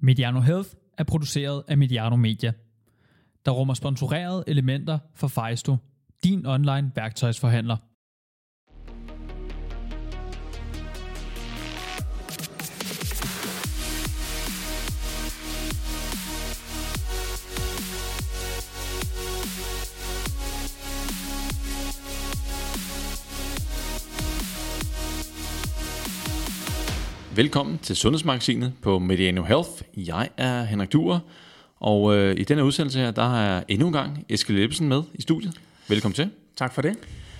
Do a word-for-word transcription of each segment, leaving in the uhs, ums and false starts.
Mediano Health er produceret af Mediano Media, der rummer sponsorerede elementer for Fejsto, din online værktøjsforhandler. Velkommen til Sundhedsmagasinet på Mediano Health. Jeg er Henrik Duer, og øh, i denne udsendelse her, der har jeg endnu en gang Eskild Ebbesen med i studiet. Velkommen til. Tak for det.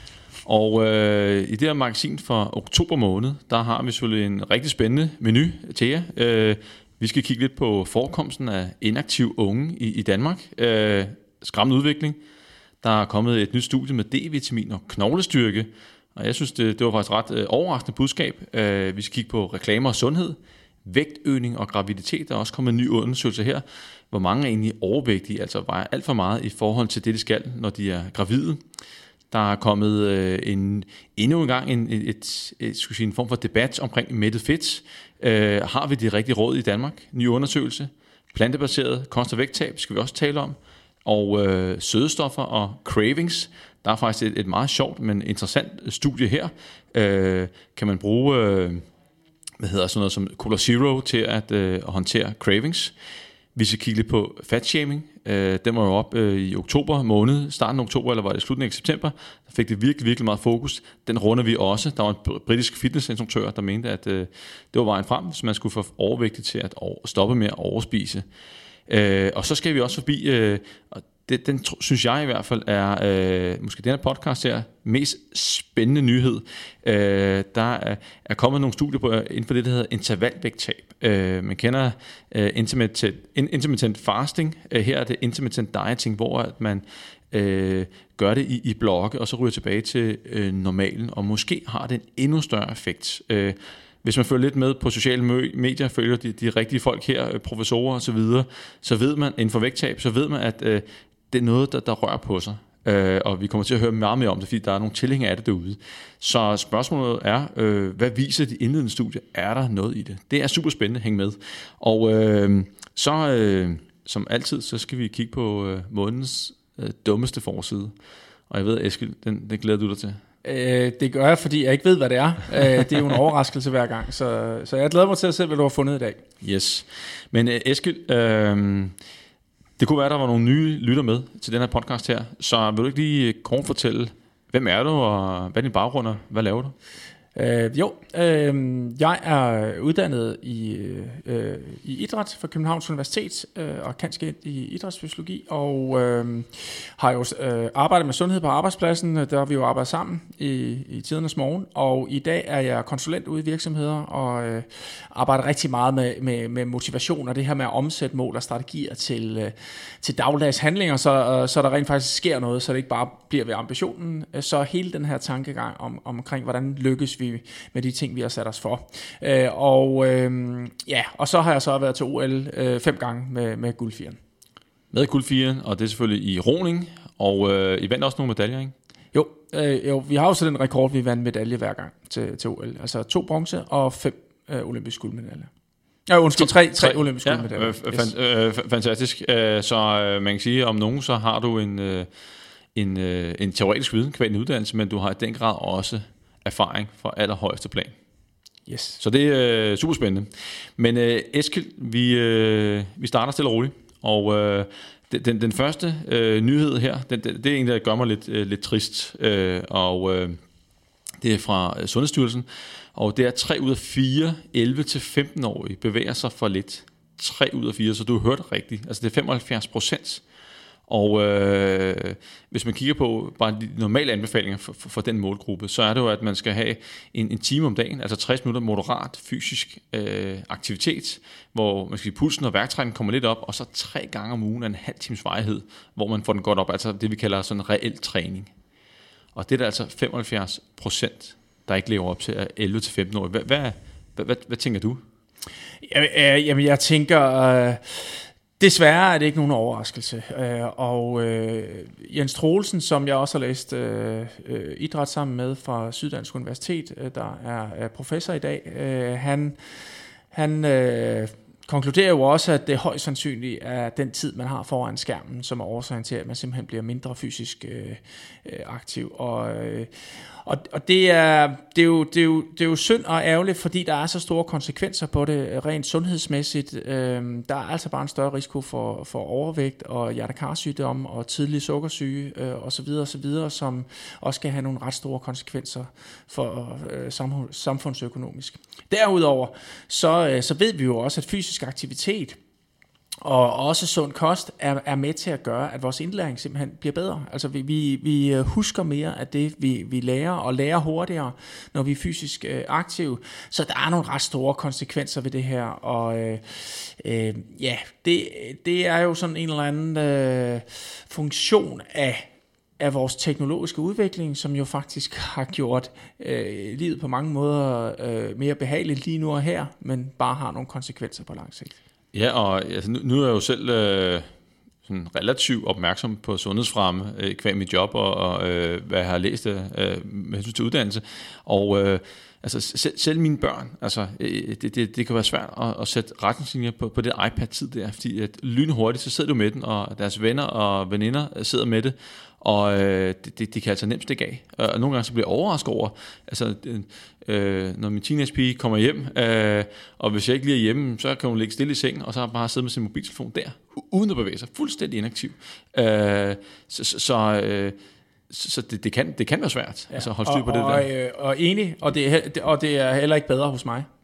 Og øh, i det her magasin for oktober måned, der har vi selvfølgelig en rigtig spændende menu til jer. Øh, vi skal kigge lidt på forekomsten af inaktive unge i, i Danmark. Øh, skræmmende udvikling. Der er kommet et nyt studie med D-vitamin og knoglestyrke. Og jeg synes, det, det var faktisk ret øh, overraskende budskab. Øh, vi skal kigge på reklamer og sundhed, vægtøgning og graviditet. Der er også kommet en ny undersøgelse her, hvor mange er egentlig overvægtige, altså vejer alt for meget i forhold til det, de skal, når de er gravide. Der er kommet øh, en, endnu en gang en, et, et, et, skulle sige, en form for debat omkring mættet fedt. Øh, har vi de rigtige råd i Danmark? Ny undersøgelse. Plantebaseret kost- og vægttab skal vi også tale om. Og øh, sødestoffer og cravings. Der er faktisk et, et meget sjovt, men interessant studie her. Øh, kan man bruge øh, hvad hedder sådan noget som Cola Zero til at øh, håndtere cravings? Vi skal kigge lidt på fatshaming. Øh, den var jo op øh, i oktober måned, starten af oktober, eller var det slutningen af september. Der fik det virkelig, virkelig meget fokus. Den runder vi også. Der var en britisk fitnessinstruktør, der mente, at øh, det var vejen frem, hvis man skulle få overvægtigt til at over, stoppe med at overspise. Øh, og så skal vi også forbi, øh, og det, den synes jeg i hvert fald er, øh, måske den her podcast her, mest spændende nyhed. Øh, der er, er kommet nogle studier på, inden for det, der hedder intervalvægttab. Øh, man kender øh, intermittent, intermittent fasting. Øh, her er det intermittent dieting, hvor at man øh, gør det i, i blokke, og så ryger tilbage til øh, normalen, og måske har det en endnu større effekt. Øh, Hvis man følger lidt med på sociale medier, følger de, de rigtige folk her, professorer og så videre, så ved man, inden for vægttab, så ved man, at øh, det er noget, der, der rører på sig. Øh, og vi kommer til at høre meget mere om det, fordi der er nogle tilhængere af det derude. Så spørgsmålet er, øh, hvad viser de indledende studier? Er der noget i det? Det er super spændende, hæng med. Og øh, så, øh, som altid, så skal vi kigge på øh, månedens øh, dummeste forside. Og jeg ved, Eskild, den, den glæder du dig til. Øh, det gør jeg, fordi jeg ikke ved, hvad det er. øh, det er jo en overraskelse hver gang. Så, så jeg glæder mig til at se, hvad du har fundet i dag. Yes. Men uh, Eskild, øh, det kunne være, der var nogle nye lytter med til den her podcast her. Så vil du ikke lige kort fortælle, hvem er du, og hvad er din baggrund, og hvad laver du? Øh, jo, øh, jeg er uddannet i, øh, i idræt fra Københavns Universitet øh, og kanskent i idrætsfysiologi, og øh, har jo øh, arbejdet med sundhed på arbejdspladsen. Der har vi jo arbejdet sammen i, i tidernes morgen, og i dag er jeg konsulent ude i virksomheder og øh, arbejder rigtig meget med, med, med motivation og det her med at omsætte mål og strategier til, øh, til dagligdags handlinger, så, øh, så der rent faktisk sker noget, så det ikke bare bliver ved ambitionen. Så hele den her tankegang om, omkring, hvordan lykkes vi med de ting, vi har sat os for. Øh, og øh, ja, og så har jeg så været til O L øh, fem gange med, med guldfiren. Med guldfiren, og det er selvfølgelig i roning, og øh, I vandt også nogle medaljer, ikke? Jo, øh, jo, vi har jo så den rekord, vi vandt medalje hver gang til, til O L. Altså to bronze og fem øh, olympiske guldmedaljer. Ja, undskyld, tre, tre, tre olympiske ja, guldmedaljer. Øh, yes. øh, fantastisk. Øh, så øh, man kan sige, om nogen, så har du en, øh, en, øh, en teoretisk viden, kvad en uddannelse, men du har i den grad også erfaring fra allerhøjeste plan. Yes. Så det er øh, super spændende. Men øh, Eskild, vi, øh, vi starter stille og roligt. Og øh, den, den første øh, nyhed her, den, det, det er en, der gør mig lidt, øh, lidt trist. Øh, og øh, det er fra Sundhedsstyrelsen. Og det er tre ud af fire elleve til femten-årige bevæger sig for lidt. tre ud af fire, så du har hørt rigtigt. Altså det er femoghalvfjerds procent. Og øh, hvis man kigger på bare de normale anbefalinger for, for, for den målgruppe, så er det jo, at man skal have en, en time om dagen, altså tres minutter moderat fysisk øh, aktivitet, hvor man skal sige, pulsen og værktrækningen kommer lidt op, og så tre gange om ugen en halv times varighed, hvor man får den godt op, altså det vi kalder sådan reel træning. Og det er der altså femoghalvfjerds procent, der ikke lever op til elleve til femten år. Hvad, hvad, hvad, hvad, hvad tænker du? Jamen jeg tænker... Øh Desværre er det ikke nogen overraskelse, og Jens Troelsen, som jeg også har læst idræt sammen med fra Syddansk Universitet, der er professor i dag, han, han konkluderer jo også, at det er højst sandsynligt er den tid, man har foran skærmen, som er årsagen til, at man simpelthen bliver mindre fysisk øh, øh, aktiv. Og, øh, og, og det, er, det, er jo, det, er jo, det er jo synd og ærgerligt, fordi der er så store konsekvenser på det rent sundhedsmæssigt. Øh, der er altså bare en større risiko for, for overvægt og hjertekarsygdom og tidlig sukkersyge øh, osv., osv., som også kan have nogle ret store konsekvenser for øh, samfundsøkonomisk. Derudover så, øh, så ved vi jo også, at fysisk aktivitet og også sund kost er, er med til at gøre, at vores indlæring simpelthen bliver bedre. Altså vi, vi, vi husker mere af det, vi, vi lærer, og lærer hurtigere, når vi er fysisk øh, aktive. Så der er nogle ret store konsekvenser ved det her, og øh, øh, ja, det, det er jo sådan en eller anden øh, funktion af af vores teknologiske udvikling, som jo faktisk har gjort øh, livet på mange måder øh, mere behageligt lige nu og her, men bare har nogle konsekvenser på lang sigt. Ja, og altså, nu, nu er jeg jo selv øh, sådan relativt opmærksom på sundhedsfremme, øh, kvæg mit job og, og øh, hvad jeg har læst øh, med hensyn til uddannelse, og øh, altså selv, selv mine børn, altså øh, det, det, det kan være svært at, at sætte retningslinjer på, på det iPad-tid der, fordi at lynhurtigt, så sidder du med den, og deres venner og veninder sidder med det, og øh, det, det, det kan altså nemt stikke af. Og nogle gange så bliver jeg overrasket over, altså øh, når min teenagepige kommer hjem, øh, og hvis jeg ikke lige er hjemme, så kan hun ligge stille i sengen, og så bare sidde med sin mobiltelefon der, uden at bevæge sig, fuldstændig inaktiv. Øh, så så øh, så det, det, kan, det kan være svært, ja. Altså at holde styr på og, det og, der. Og, og enig, og det, er, og det er heller ikke bedre hos mig.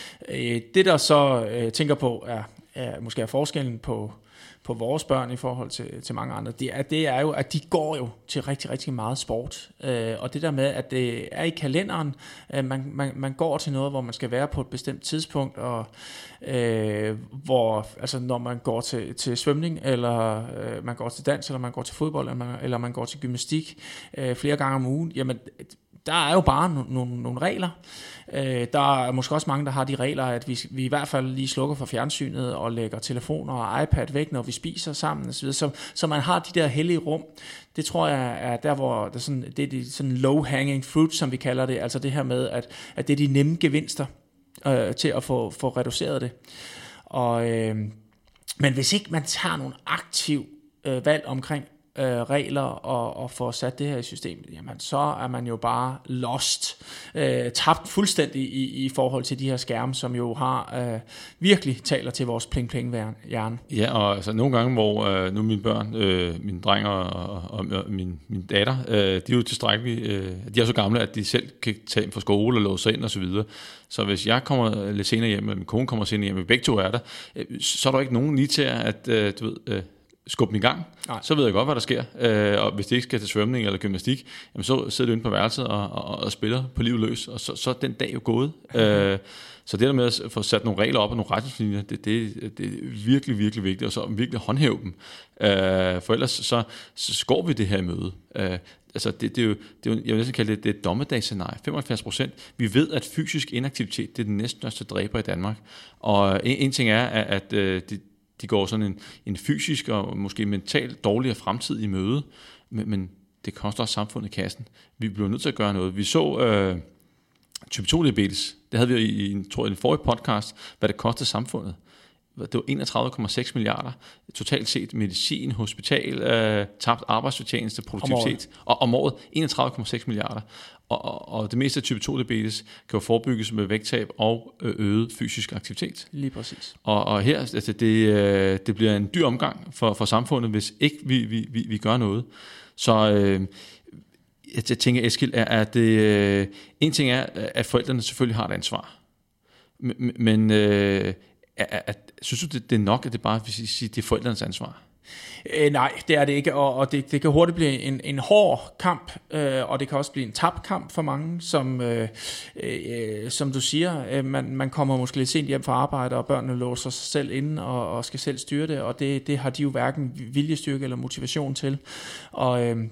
Det der så øh, tænker på, er, er måske er forskellen på på vores børn i forhold til, til mange andre, det er, det er jo, at de går jo til rigtig, rigtig meget sport. Øh, og det der med, at det er i kalenderen, øh, man, man, man går til noget, hvor man skal være på et bestemt tidspunkt, og øh, hvor, altså når man går til, til svømning, eller øh, man går til dans, eller man går til fodbold, eller man, eller man går til gymnastik øh, flere gange om ugen, jamen der er jo bare no, no, nogle regler. Øh, der er måske også mange, der har de regler, at vi, vi i hvert fald lige slukker for fjernsynet og lægger telefoner og iPad væk, når vi spiser sammen og så videre. Så, så man har de der hellige rum. Det tror jeg er der, hvor det er, sådan, det er de sådan low-hanging fruit, som vi kalder det. Altså det her med, at, at det er de nemme gevinster øh, til at få, få reduceret det. Og, øh, men hvis ikke man tager nogle aktiv øh, valg omkring Øh, regler og, og får sat det her i systemet, jamen så er man jo bare lost, øh, tabt fuldstændig i, i forhold til de her skærme, som jo har øh, virkelig taler til vores pling-pling-hjerne. Ja, og altså nogle gange, hvor øh, nu mine børn, øh, mine drenge og, og, og min, min datter, øh, de er jo tilstrækkeligt, øh, de er så gamle, at de selv kan tage ind fra skole og låse sig ind og så videre. Så hvis jeg kommer lidt senere hjem, og min kone kommer senere hjem, og begge to er der, øh, så er der ikke nogen lige til at, øh, du ved, øh, skubbe dem i gang, nej. Så ved jeg godt, hvad der sker. Øh, og hvis det ikke skal til svømning eller gymnastik, jamen så sidder du inde på værelset og, og, og spiller på livet løs, og så, så er den dag jo gået. Øh, så det der med at få sat nogle regler op og nogle retningslinjer, det, det, det er virkelig, virkelig vigtigt, og så virkelig håndhæve dem. Øh, for ellers så, så går vi det her i møde. Øh, altså det, det er jo, det er jo, jeg vil næsten kalde det, det er et dommedagsscenarie. femoghalvfjerds procent. Vi ved, at fysisk inaktivitet, det er den næststørste dræber i Danmark. Og en, en ting er, at, at det de går sådan en, en fysisk og måske mentalt dårligere fremtid i møde, men, men det koster også samfundet i kassen. Vi bliver nødt til at gøre noget. Vi så øh, type to diabetes, det havde vi i en, tror jeg, en forrige podcast, hvad det kostede samfundet. Det var enogtredive komma seks milliarder, totalt set medicin, hospital, øh, tabt arbejdsfortjeneste, produktivitet, om og om året enogtredive komma seks milliarder. Og, og, og det meste af type to diabetes kan jo forebygges med vægttab og øget fysisk aktivitet. Lige præcis. Og, og her, altså det, det bliver en dyr omgang for, for samfundet, hvis ikke vi, vi, vi, vi gør noget. Så øh, jeg tænker, Eskild, er, at det, øh, en ting er, at forældrene selvfølgelig har et ansvar. Men, men øh, at, at, synes du, det, det er nok, at det bare vil sige, det er forældrenes ansvar? Øh, nej, det er det ikke, og, og det, det kan hurtigt blive en, en hård kamp, øh, og det kan også blive en tabt kamp for mange, som, øh, øh, som du siger, øh, man, man kommer måske lidt sent hjem fra arbejde, og børnene låser sig selv inde og, og skal selv styre det, og det, det har de jo hverken viljestyrke eller motivation til, og øh,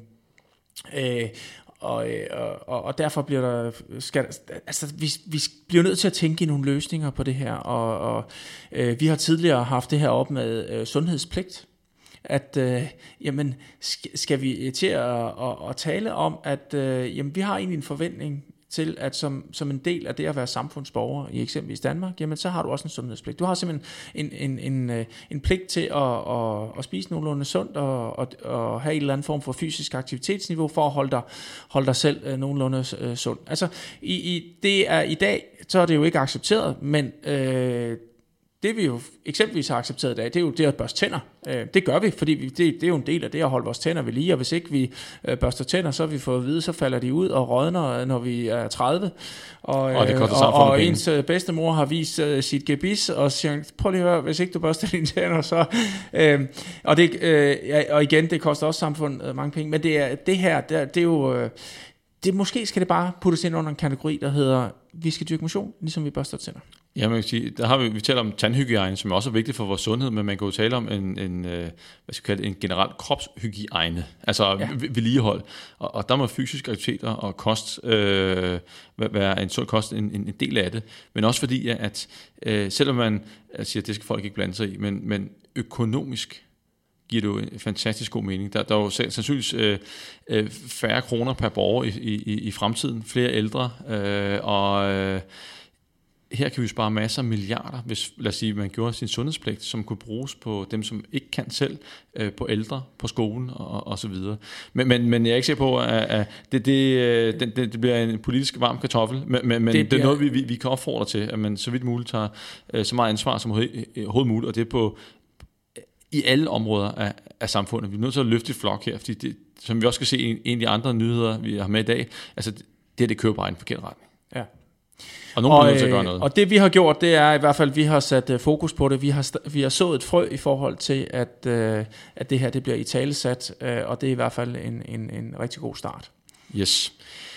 øh, Og, og, og derfor bliver der skal, altså vi, vi bliver nødt til at tænke i nogle løsninger på det her, og, og øh, vi har tidligere haft det her op med øh, sundhedspligt, at øh, jamen skal, skal vi til at, at, at tale om, at øh, jamen, vi har egentlig en forventning til, at som, som en del af det at være samfundsborger i eksempelvis Danmark, jamen så har du også en sundhedspligt. Du har simpelthen en, en, en, en, en pligt til at, at, at spise nogenlunde sundt og, og, og have en eller anden form for fysisk aktivitetsniveau for at holde dig, holde dig selv uh, nogenlunde uh, sund. Altså i, i, det er i dag, så er det jo ikke accepteret, men øh, det vi jo eksempelvis har accepteret i dag, det er jo det at børste tænder. Øh, det gør vi, fordi vi, det, det er jo en del af det at holde vores tænder ved lige, og hvis ikke vi øh, børster tænder, så har vi fået at vide, så falder de ud og rådner, når vi er tredive. Og, og, det øh, og, og ens øh, bedstemor har vist øh, sit gebis, og siger, prøv lige at høre, hvis ikke du børster dine tænder, så... Øh, og, det, øh, ja, og igen, det koster også samfundet øh, mange penge, men det, er, det her, det, det er jo... Øh, det, måske skal det bare puttes ind under en kategori, der hedder, vi skal dyrke motion, ligesom vi børster tænder. Ja, man kan sige, der har vi, vi taler om tandhygiejne, som også er vigtigt for vores sundhed, men man kan jo tale om en, en, hvad skal kalde det, en generel kropshygiejne, altså ja. vedligehold. Og, og der må fysisk aktiviteter og kost øh, være en sund kost en, en del af det, men også fordi, at øh, selvom man siger, at det skal folk ikke blande sig i, men, men økonomisk giver det jo en fantastisk god mening. Der, der er jo sandsynligvis øh, øh, færre kroner per borger i, i, i fremtiden, flere ældre, øh, og øh, her kan vi spare masser af milliarder, hvis, lad os sige, man gjorde sin sundhedspligt, som kunne bruges på dem, som ikke kan selv, øh, på ældre, på skolen og, og så videre. Men, men, men jeg er ikke sikker på, at, at det, det, det, det bliver en politisk varm kartoffel, men, men det, det er noget, vi, vi kan opfordre til, at man så vidt muligt tager øh, så meget ansvar som overhovedet muligt, og det er på i alle områder af, af samfundet. Vi er nødt til at løfte et flok her, fordi det, som vi også skal se i en af de andre nyheder, vi har med i dag, altså det, det, det kører bare i en forkert retning. Ja. Og nogen bliver nødt til at gøre noget. Og det vi har gjort, det er i hvert fald, vi har sat uh, fokus på det. Vi har, vi har sået et frø i forhold til, at, uh, at det her det bliver italesat, uh, og det er i hvert fald en, en, en rigtig god start. Yes.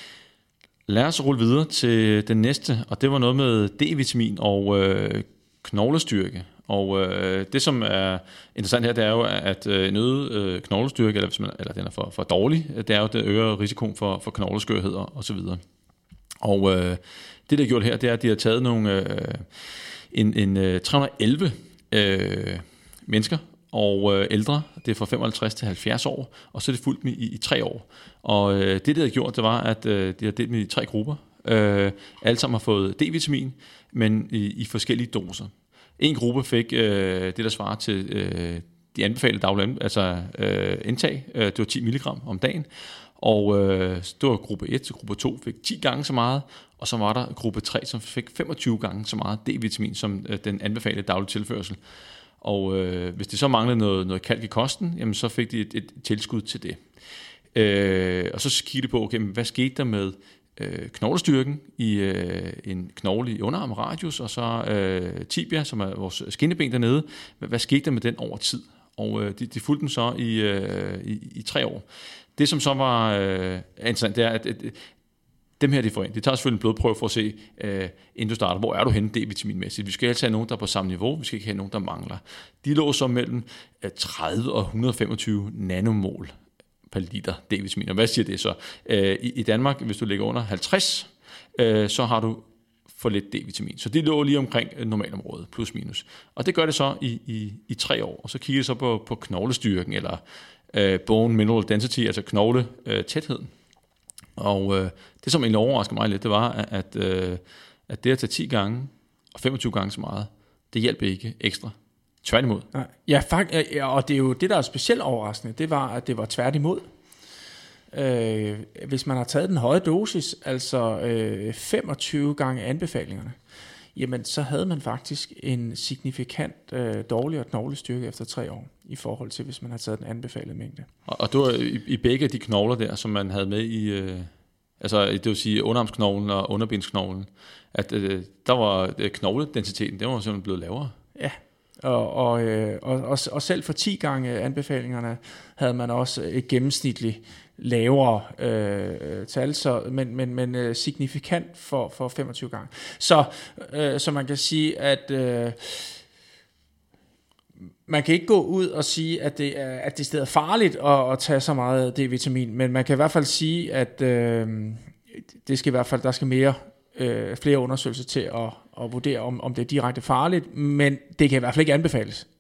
Lad os rulle videre til den næste, og det var noget med D-vitamin og øh, knoglestyrke. Og øh, det, som er interessant her, det er jo, at øh, en øget øh, knoglestyrke, eller, hvis man, eller den er for, for dårlig, det er jo, det øger risikoen for, for knogleskørhed og så videre. Og øh, det, der er gjort her, det er, at de har taget nogle, øh, en, en øh, tre hundrede og elleve øh, mennesker, og øh, ældre, det er fra femoghalvtreds til halvfjerds år, og så er det fulgt med i, i tre år. Og øh, det, der har gjort, det var, at øh, de har delt med i tre grupper. Øh, alle sammen har fået D-vitamin, men i, i forskellige doser. En gruppe fik øh, det, der svarer til øh, de anbefalede daglige altså, øh, indtag. Øh, det var ti milligram om dagen. Og øh, det var gruppe et til gruppe to fik ti gange så meget. Og så var der gruppe tre, som fik femogtyve gange så meget D-vitamin som øh, den anbefalede daglige tilførsel. Og øh, hvis de så manglede noget, noget kalk i kosten, jamen, så fik de et, et tilskud til det. Øh, og så kiggede de på, okay, hvad skete der med øh, knoglestyrken i øh, en knogle i underarm radius, og så øh, tibia, som er vores skinneben dernede. Hvad, hvad skete der med den over tid? Og øh, de, de fulgte den så i, øh, i, i tre år. Det, som så var øh, interessant, det er, at, at dem her, de får ind, de tager selvfølgelig en blodprøve for at se, øh, inden du starter, hvor er du henne D-vitaminmæssigt. Vi skal helst have nogen, der er på samme niveau, vi skal ikke have nogen, der mangler. De lå så mellem øh, tredive og et hundrede og femogtyve nanomol per liter D-vitamin. Og hvad siger det så? Øh, i, I Danmark, hvis du ligger under halvtreds, øh, så har du for lidt D-vitamin. Så det lå lige omkring normalområdet, plus minus. Og det gør det så i, i, i tre år. Og så kigger jeg så på, på knoglestyrken, eller øh, bone mineral density, altså knogletætheden. Og øh, det, som egentlig overraskede mig lidt, det var, at, øh, at det at tage ti gange og femogtyve gange så meget, det hjælper ikke ekstra. Tværtimod. Ja, faktisk, og det er jo det, der er specielt overraskende, det var, at det var tværtimod. Øh, hvis man har taget den høje dosis, altså øh, femogtyve gange anbefalingerne, jamen så havde man faktisk en signifikant øh, dårligere knoglestyrke efter tre år, i forhold til hvis man har taget den anbefalede mængde. Og, og det var i, i begge de knogler der, som man havde med i, øh, altså det vil sige underarmsknoglen og underbensknoglen, at øh, der var øh, knogledensiteten, den var simpelthen blevet lavere. Ja. Og, og, øh, og, og, og selv for ti gange anbefalingerne havde man også et gennemsnitligt lavere øh, tal, så, men, men, men øh, signifikant for, for femogtyve gange. Så, øh, så man kan sige, at øh, man kan ikke gå ud og sige, at det er, at det er farligt at, at tage så meget D-vitamin, men man kan i hvert fald sige, at øh, det skal i hvert fald, der skal mere øh, flere undersøgelser til at, at vurdere, om, om det er direkte farligt, men det kan i hvert fald ikke anbefales.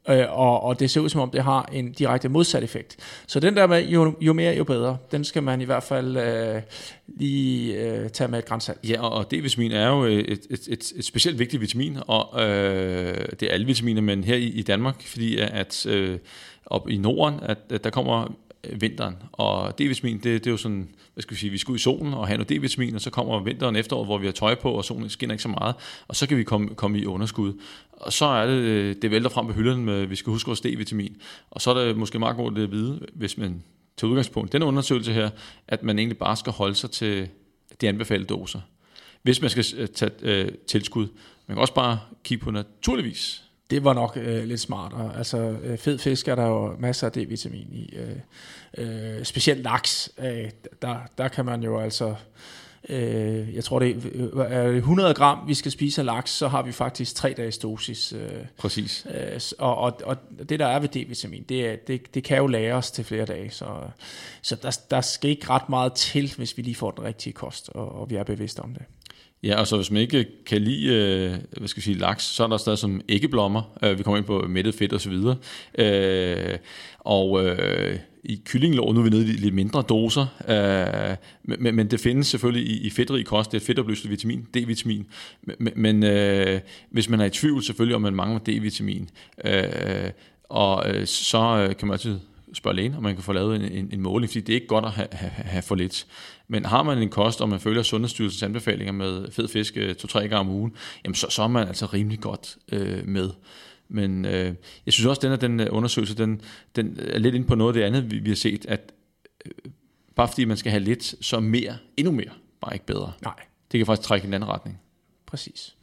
Øh, og, og det ser ud som om, det har en direkte modsat effekt. Så den der med, jo, jo mere, jo bedre, den skal man i hvert fald øh, lige øh, tage med et gran salt. Ja, og D-vitamin er jo et, et, et, et specielt vigtigt vitamin, og øh, det er alle vitaminer, men her i, i Danmark, fordi at øh, op i Norden, at, at der kommer vinteren, og D-vitamin, det, det er jo sådan, hvad skal vi sige, vi skal ud i solen og have noget D-vitamin, og så kommer vinteren efteråret, hvor vi har tøj på, og solen skinner ikke så meget, og så kan vi komme, komme i underskud. Og så er det, det vælter frem på hylderne med, vi skal huske vores D-vitamin. Og så er det måske meget godt at vide, hvis man tager udgangspunkt den undersøgelse her, at man egentlig bare skal holde sig til de anbefalede doser. Hvis man skal tage øh, tilskud. Man kan også bare kigge på naturligvis. Det var nok øh, lidt smartere. Altså øh, fed fisk er der jo masser af D-vitamin i. Øh, øh, specielt laks. Øh, der, der kan man jo altså... Øh, jeg tror det er hundrede gram vi skal spise af laks, så har vi faktisk tre dages dosis. Øh, Præcis. Øh, og, og, og det der er ved D-vitamin, det, er, det, det kan jo lagres til flere dage, så, så der, der skal ikke ret meget til, hvis vi lige får den rigtige kost, og, og vi er bevidste om det. Ja, og så hvis man ikke kan lide, øh, hvad skal jeg sige, laks, så er der stadig som æggeblommer. Øh, vi kommer ind på mættet fedt og så videre. Øh, og øh, i kyllingelår, nu er vi nede i lidt mindre doser, øh, men, men det findes selvfølgelig i, i fedtrig kost. Det er fedtopløseligt vitamin, D-vitamin. Men, men øh, hvis man er i tvivl selvfølgelig, om man mangler D-vitamin, øh, og øh, så kan man altid spørge lægen, om man kan få lavet en, en, en måling, fordi det er ikke godt at have, have, have for lidt. Men har man en kost, og man følger Sundhedsstyrelsens anbefalinger med fed fisk to-tre gange om ugen, jamen så, så er man altså rimelig godt øh, med. Men øh, jeg synes også, at den, den undersøgelse, den, den er lidt inde på noget af det andet, vi, vi har set, at øh, bare fordi man skal have lidt, så mere, endnu mere, bare ikke bedre. Nej. Det kan faktisk trække i en anden retning. Præcis.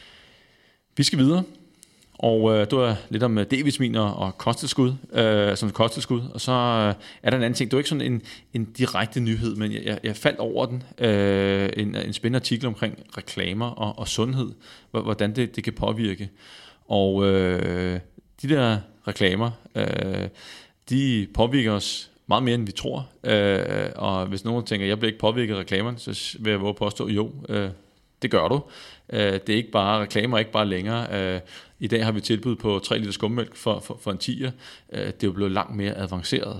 Vi skal videre. Og øh, du er lidt om D-vitaminer og kosttilskud, øh, som kosttilskud. Og så øh, er der en anden ting. Det er jo ikke sådan en, en direkte nyhed, men jeg, jeg faldt over den. Øh, en, en spændende artikel omkring reklamer og, og sundhed. Hvordan det, det kan påvirke. Og øh, de der reklamer, øh, de påvirker os meget mere, end vi tror. Øh, og hvis nogen tænker, jeg bliver ikke påvirket af reklamerne, så vil jeg våge påstå, jo, øh, det gør du. Det er ikke bare reklamer, ikke bare længere. I dag har vi tilbud på tre liter skummælk for, for, for en tier. Det er jo blevet langt mere avanceret.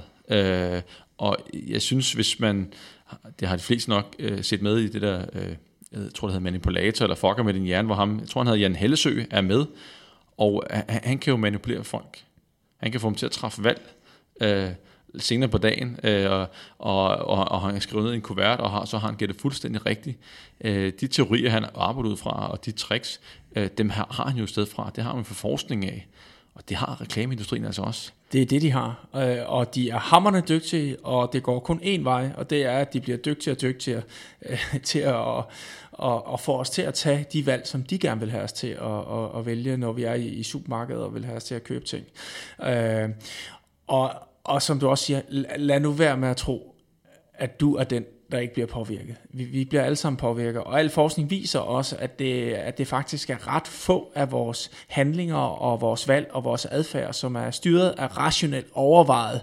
Og jeg synes, hvis man, det har de fleste nok set med i det der, jeg tror det hedder manipulator, eller fucker med din hjerne, hvor ham, jeg tror han hedder Jan Hellesø, er med. Og han kan jo manipulere folk. Han kan få dem til at træffe valg senere på dagen, øh, og, og, og, og han har skrevet ned i en kuvert, og har, så har han gættet fuldstændig rigtigt. Øh, de teorier, han arbejder ud fra, og de tricks, øh, dem har, har han jo et sted fra. Det har man for forskning af, og det har reklameindustrien altså også. Det er det, de har, øh, og de er hamrende dygtige, og det går kun én vej, og det er, at de bliver dygtigere og dygtigere øh, til at og, og få os til at tage de valg, som de gerne vil have os til at og, og vælge, når vi er i, i supermarkedet og vil have os til at købe ting. Øh, og Og som du også siger, lad nu være med at tro, at du er den, der ikke bliver påvirket. Vi, vi bliver alle sammen påvirket, og al forskning viser også, at det, at det faktisk er ret få af vores handlinger og vores valg og vores adfærd, som er styret af rationelt overvejet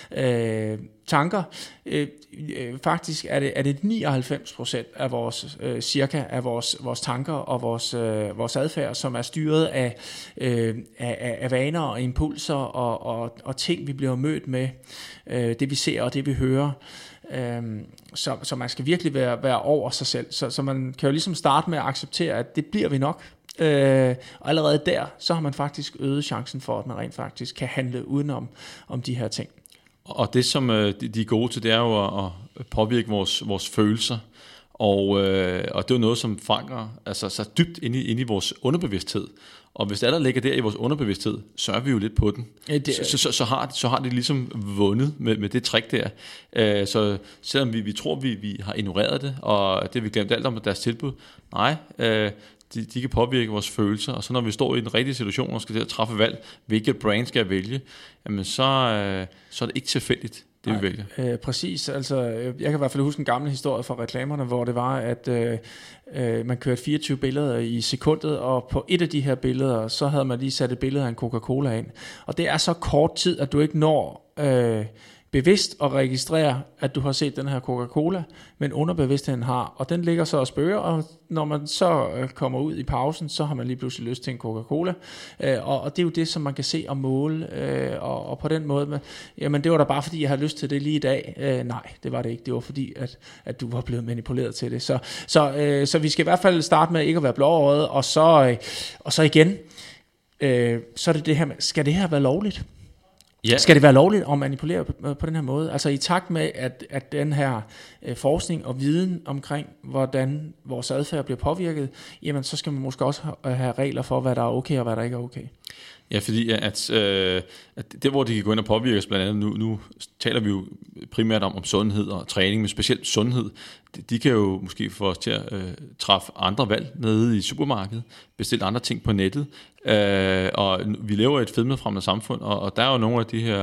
øh, tanker. Øh, øh, faktisk er det, er det nioghalvfems procent af vores, øh, cirka af vores, vores tanker og vores, øh, vores adfærd, som er styret af, øh, af, af vaner og impulser og, og, og ting, vi bliver mødt med, øh, det vi ser og det vi hører. Øhm, så, så man skal virkelig være, være over sig selv, så, så man kan jo ligesom starte med at acceptere, at det bliver vi nok, øh, og allerede der, så har man faktisk øget chancen for, at man rent faktisk kan handle udenom om de her ting. Og det som øh, de er gode til, det er jo at, at påvirke vores, vores følelser, og, øh, og det er jo noget, som fanger altså, så dybt ind i, ind i vores underbevidsthed. Og hvis det der ligger der i vores underbevidsthed, så er vi jo lidt på den. Ja, det, så, så, så, har, så har det ligesom vundet med, med det trick der. Uh, så selvom vi, vi tror, vi, vi har ignoreret det, og det har vi glemt alt om deres tilbud, nej, uh, de, de kan påvirke vores følelser. Og så når vi står i den rigtige situation og skal til at træffe valg, hvilket brand skal jeg vælge, jamen så, uh, så er det ikke tilfældigt. Det Nej, vi vælger. Øh, præcis, altså jeg kan i hvert fald huske en gammel historie fra reklamerne, hvor det var, at øh, øh, man kørte fireogtyve billeder i sekundet, og på et af de her billeder, så havde man lige sat et billede af en Coca-Cola ind. Og det er så kort tid, at du ikke når øh, bevidst at registrere, at du har set den her Coca-Cola, men underbevidstheden har, og den ligger så og spørger, og når man så øh, kommer ud i pausen, så har man lige pludselig lyst til en Coca-Cola, øh, og, og det er jo det, som man kan se og måle, øh, og, og på den måde, med, jamen det var da bare fordi, jeg havde lyst til det lige i dag. Øh, nej, det var det ikke, det var fordi, at, at du var blevet manipuleret til det. Så, så, øh, så vi skal i hvert fald starte med ikke at være blåøjet, og så, øh, og så igen, øh, så er det det her med, skal det her være lovligt? Ja. Skal det være lovligt at manipulere på, på den her måde? Altså i takt med, at, at den her øh, forskning og viden omkring, hvordan vores adfærd bliver påvirket, jamen så skal man måske også have, have regler for, hvad der er okay og hvad der ikke er okay. Ja, fordi at, øh, at det, hvor de kan gå ind og påvirke os, blandt andet, nu, nu taler vi jo primært om, om sundhed og træning, men specielt sundhed, de, de kan jo måske få os til at øh, træffe andre valg nede i supermarkedet, bestille andre ting på nettet, øh, og vi lever i et fedmefremmende samfund, og, og der er jo nogle af de her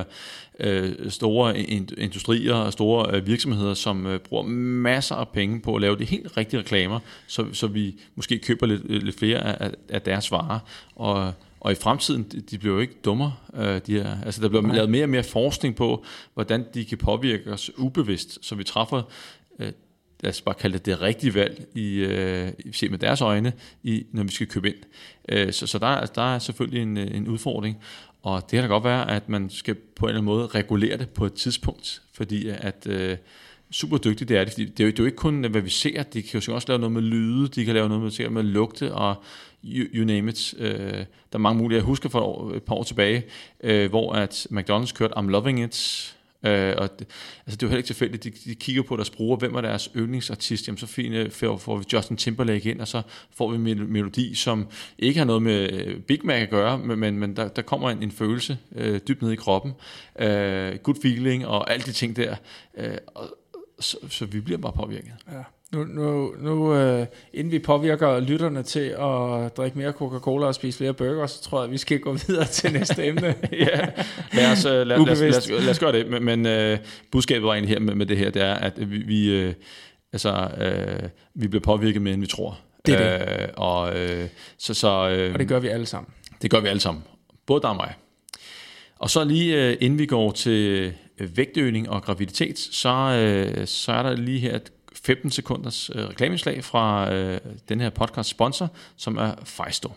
øh, store industrier og store øh, virksomheder, som øh, bruger masser af penge på at lave de helt rigtige reklamer, så, så vi måske køber lidt, lidt flere af, af deres varer, og Og i fremtiden, de bliver jo ikke dummere. De her. Altså, der bliver Nej. lavet mere og mere forskning på, hvordan de kan påvirke os ubevidst, så vi træffer, øh, lad os bare kalde det det rigtige valg, i, øh, se med deres øjne, i, når vi skal købe ind. Øh, så så der, der er selvfølgelig en, en udfordring, og det kan da godt være, at man skal på en eller anden måde regulere det på et tidspunkt, fordi at øh, super dygtigt det er det, fordi det er, jo, det er jo ikke kun, hvad vi ser, de kan jo også lave noget med lyde, de kan lave noget med, med lugte, og You, you name it. Uh, der er mange muligheder. Jeg husker for et, år, et par år tilbage, uh, hvor at McDonald's kørte I'm Loving It. Uh, og det, altså det er jo heller ikke tilfældigt. De, de kigger på deres brugere, hvem er deres yndlingsartist. Jamen så fint, får, får vi Justin Timberlake ind, og så får vi en melodi, som ikke har noget med Big Mac at gøre, men, men der, der kommer en, en følelse uh, dybt ned i kroppen. Uh, good feeling og alle de ting der. Uh, og, så, så vi bliver bare påvirket. Ja. Nu, nu, nu øh, inden vi påvirker lytterne til at drikke mere Coca-Cola og spise flere burger, så tror jeg, at vi skal gå videre til næste emne. Ja, lad os, lad, lad, lad, lad, os, lad os gøre det. Men, men øh, budskabet var egentlig her med, med det her, det er, at vi, vi, øh, altså, øh, vi bliver påvirket mere, end vi tror. Det er det. Øh, og, øh, så, så, øh, og det gør vi alle sammen. Det gør vi alle sammen. Både dig og mig. Og så lige øh, inden vi går til øh, vægtøgning og graviditet, så, øh, så er der lige her et femten sekunders øh, reklameslag fra øh, den her podcast sponsor, som er Fejsto.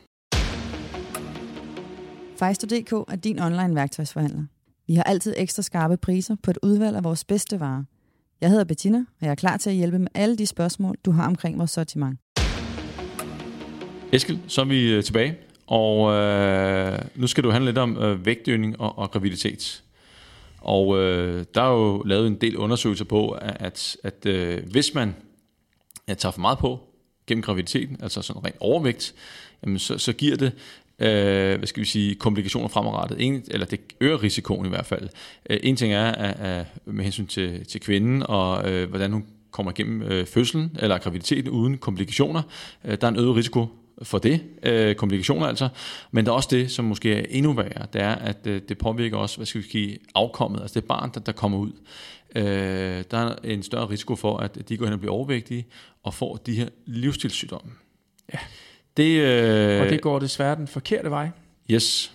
Fejsto punktum d k er din online værktøjsforhandler. Vi har altid ekstra skarpe priser på et udvalg af vores bedste varer. Jeg hedder Bettina, og jeg er klar til at hjælpe med alle de spørgsmål, du har omkring vores sortiment. Eskild, så er vi øh, tilbage, og øh, nu skal du handle lidt om øh, vægtøgning og, og graviditet. Og øh, der er jo lavet en del undersøgelser på, at, at, at øh, hvis man ja, tager for meget på gennem graviditeten, altså sådan rent overvægt, jamen så, så giver det øh, hvad skal vi sige, komplikationer fremadrettet. En, eller det øger risikoen i hvert fald. Øh, en ting er at, at, med hensyn til, til kvinden, og øh, hvordan hun kommer igennem øh, fødslen eller graviditeten uden komplikationer. Øh, der er en øget risiko for det, øh, komplikationer altså, men der er også det, som måske er endnu værre, det er, at øh, det påvirker også, hvad skal vi sige, afkommet, altså det barn, der, der kommer ud. Øh, der er en større risiko for, at de går hen og bliver overvægtige, og får de her livsstilssygdomme. Ja. Det, øh, og det går desværre den forkerte vej. Yes.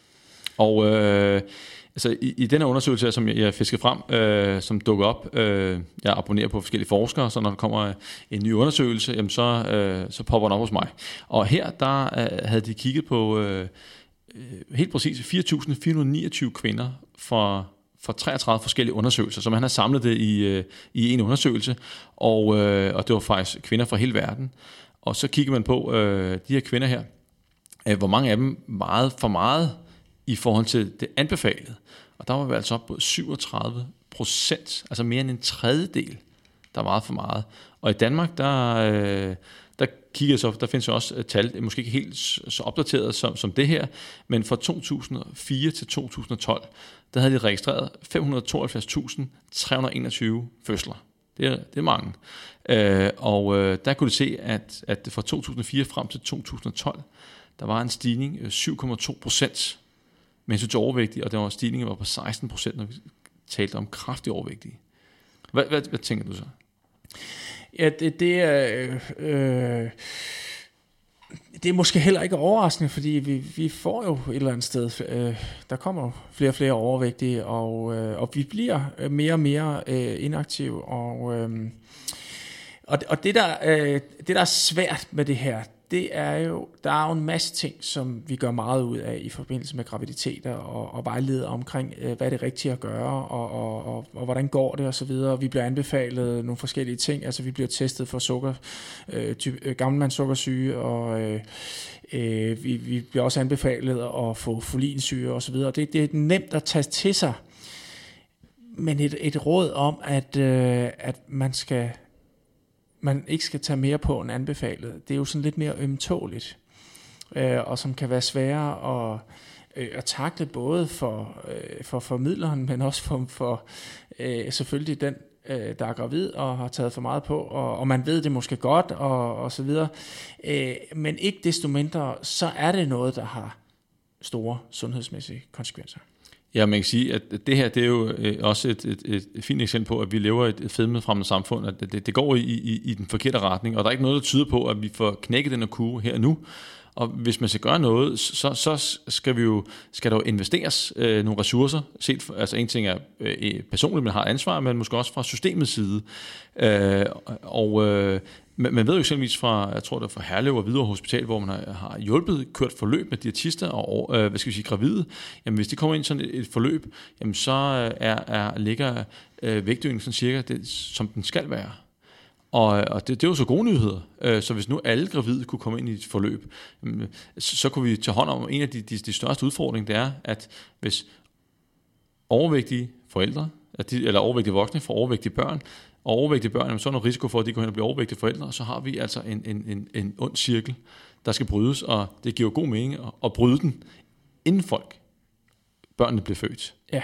Og øh, altså i, i denne undersøgelse her, som jeg, jeg fiskede frem, øh, som dukker op, øh, jeg abonnerer på forskellige forskere, så når der kommer en ny undersøgelse, jamen så, øh, så popper den op hos mig. Og her, der øh, havde de kigget på øh, helt præcis fire tusind fire hundrede niogtyve kvinder fra, fra treogtredive forskellige undersøgelser, så man har samlet det i, øh, i en undersøgelse, og, øh, og det var faktisk kvinder fra hele verden. Og så kigger man på øh, de her kvinder her, øh, hvor mange af dem meget for meget i forhold til det anbefalede. Og der var vi altså op på syvogtredive procent, altså mere end en tredjedel, der er meget for meget. Og i Danmark, der, øh, der kigger så, der findes jo også tal, måske ikke helt så opdateret som, som det her, men fra to tusind og fire til to tusind og tolv, der havde de registreret fem hundrede og tooghalvfjerds tusind tre hundrede og enogtyve fødsler. Det er, det er mange. Øh, og øh, der kunne de se, at, at fra to tusind og fire frem til to tusind og tolv, der var en stigning øh, syv komma to procent med hensyn til overvægtige, og der var stigningen var på seksten procent, når vi talte om kraftig overvægtige. Hvad, hvad, hvad tænker du så? Ja, det, det er... Øh, Det er måske heller ikke overraskende, fordi vi, vi får jo et eller andet sted, øh, der kommer jo flere og flere overvægtige, og, øh, og vi bliver mere og mere øh, inaktive. Og, øh, og, og det, der, øh, det, der er svært med det her, det er jo, der er jo en masse ting, som vi gør meget ud af i forbindelse med graviditeter og, og vejleder omkring, øh, hvad er det rigtige at gøre, og, og, og, og hvordan går det, og så videre. Vi bliver anbefalet nogle forskellige ting, altså vi bliver testet for sukker, øh, type, gammelmandssukkersyge, og øh, øh, vi, vi bliver også anbefalet at få folinsyre, og så videre. Det, det er nemt at tage til sig, men et, et råd om, at, øh, at man skal... man ikke skal tage mere på end anbefalet. Det er jo sådan lidt mere ømtåligt, øh, og som kan være sværere at, øh, at takle både for, øh, for formidleren, men også for, for øh, selvfølgelig den, øh, der er gravid og har taget for meget på, og, og man ved det måske godt, og, og så videre. Øh, men ikke desto mindre, så er det noget, der har store sundhedsmæssige konsekvenser. Ja, man kan sige, at det her, det er jo også et, et, et fint eksempel på, at vi lever i et fedmefremmende samfund, at det, det går i, i, i den forkerte retning, og der er ikke noget, der tyder på, at vi får knækket den her kurve her og nu. Og hvis man skal gøre noget, så, så skal vi jo skal der jo investeres øh, nogle ressourcer. Set for, altså en ting er øh, personligt, man har ansvar, men måske også fra systemets side. Øh, og øh, man ved jo eksempelvis fra, jeg tror det er fra Herlev og Hvidovre Hospital, hvor man har, har hjulpet, kørt forløb med diætister og øh, hvad skal vi sige, gravide. Jamen hvis de kommer ind i sådan et, et forløb, jamen så er, er, ligger øh, vægtøgningen sådan cirka det, som den skal være. Og, og det, det er jo så gode nyheder. Øh, så hvis nu alle gravide kunne komme ind i et forløb, øh, så, så kunne vi tage hånd om en af de, de, de største udfordringer, det er, at hvis overvægtige forældre, at de, eller overvægtige voksne får overvægtige børn, og overvægtige børn, så er der risiko for, at de går hen og bliver overvægtige forældre, og så har vi altså en, en, en, en ond cirkel, der skal brydes, og det giver god mening at, at bryde den, inden folk, børnene bliver født. Ja.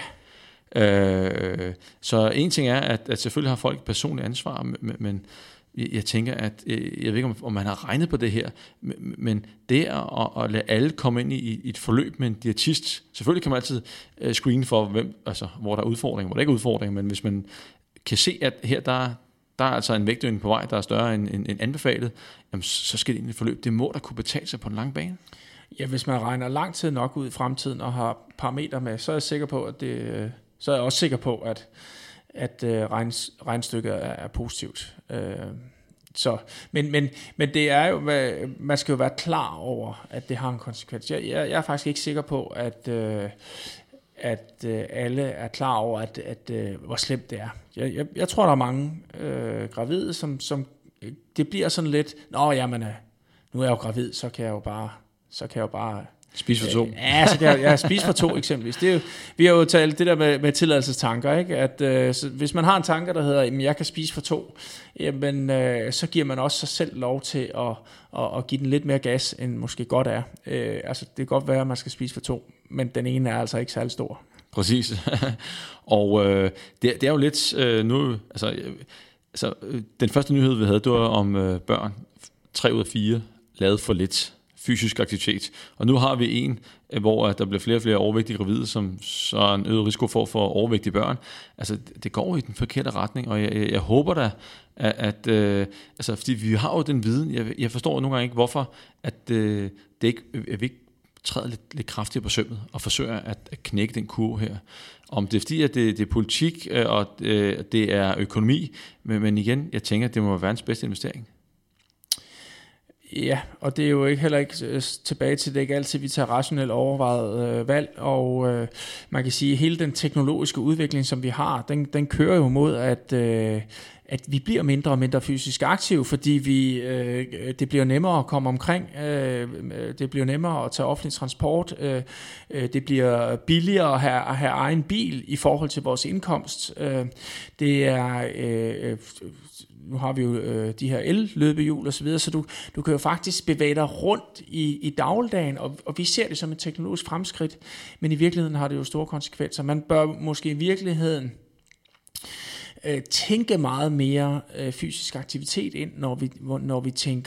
Øh, så en ting er, at, at selvfølgelig har folk personligt ansvar, men, men jeg tænker, at jeg ved ikke, om man har regnet på det her, men det at, at lade alle komme ind i et forløb med en diætist, selvfølgelig kan man altid screene for, hvem, altså, hvor der er udfordringer, hvor der ikke er udfordringer, men hvis man kan se, at her der, der er altså en vægtøgning på vej, der er større end, end, end anbefalet, jamen, så skal det ind i et forløb. Det må der kunne betale sig på en lang bane. Ja, hvis man regner lang tid nok ud i fremtiden og har parametre med, så er jeg sikker på, at det, så er jeg også sikker på, at, at regns, regnstykket er, er positivt. Så, men, men, men det er jo, man skal jo være klar over, at det har en konsekvens. Jeg, jeg, jeg er faktisk ikke sikker på, at at øh, alle er klar over, at, at øh, hvor slemt det er. Jeg, jeg, jeg tror, der er mange øh, gravide, som, som det bliver sådan lidt, nå jamen, øh, nu er jeg jo gravid, så kan jeg jo bare, så kan jeg jo bare spise for to. Øh, ja, så kan jeg, ja, spise for to eksempelvis. Det er jo, vi har jo talt det der med, med tilladelsestanker, ikke? At øh, så, hvis man har en tanke, der hedder, jamen, jeg kan spise for to, jamen, øh, så giver man også sig selv lov til at, at, at give den lidt mere gas, end måske godt er. Øh, altså, det kan godt være, at man skal spise for to, men den ene er altså ikke særlig stor. Præcis. Og øh, det, det er jo lidt øh, nu, altså, øh, altså øh, den første nyhed, vi havde, det var om øh, børn, tre ud af fire lavede for lidt fysisk aktivitet. Og nu har vi en, hvor der bliver flere og flere overvægtige gravide, som så er en øget risiko for at få overvægtige børn. Altså, det går i den forkerte retning, og jeg, jeg, jeg håber da, at, at øh, altså, fordi vi har jo den viden, jeg, jeg forstår nogle gange ikke, hvorfor, at øh, det ikke, at vi ikke træder lidt, lidt kraftigere på sømmet, og forsøger at, at knække den kurve her. Om det er fordi, at det, det er politik, og øh, det er økonomi, men, men igen, jeg tænker, at det må være verdens bedste investering. Ja, og det er jo ikke heller ikke tilbage til det, ikke altid vi tager rationelt overvejet øh, valg, og øh, man kan sige, at hele den teknologiske udvikling, som vi har, den, den kører jo mod, at, øh, at vi bliver mindre og mindre fysisk aktive, fordi vi, øh, det bliver nemmere at komme omkring, øh, det bliver nemmere at tage offentlig transport, øh, det bliver billigere at have, at have egen bil i forhold til vores indkomst. Øh, det er... Øh, nu har vi jo øh, de her el-løbehjul og så videre, så du, du kan jo faktisk bevæge dig rundt i, i dagligdagen, og, og vi ser det som et teknologisk fremskridt, men i virkeligheden har det jo store konsekvenser. Man bør måske i virkeligheden øh, tænke meget mere øh, fysisk aktivitet ind, når vi, når vi tænker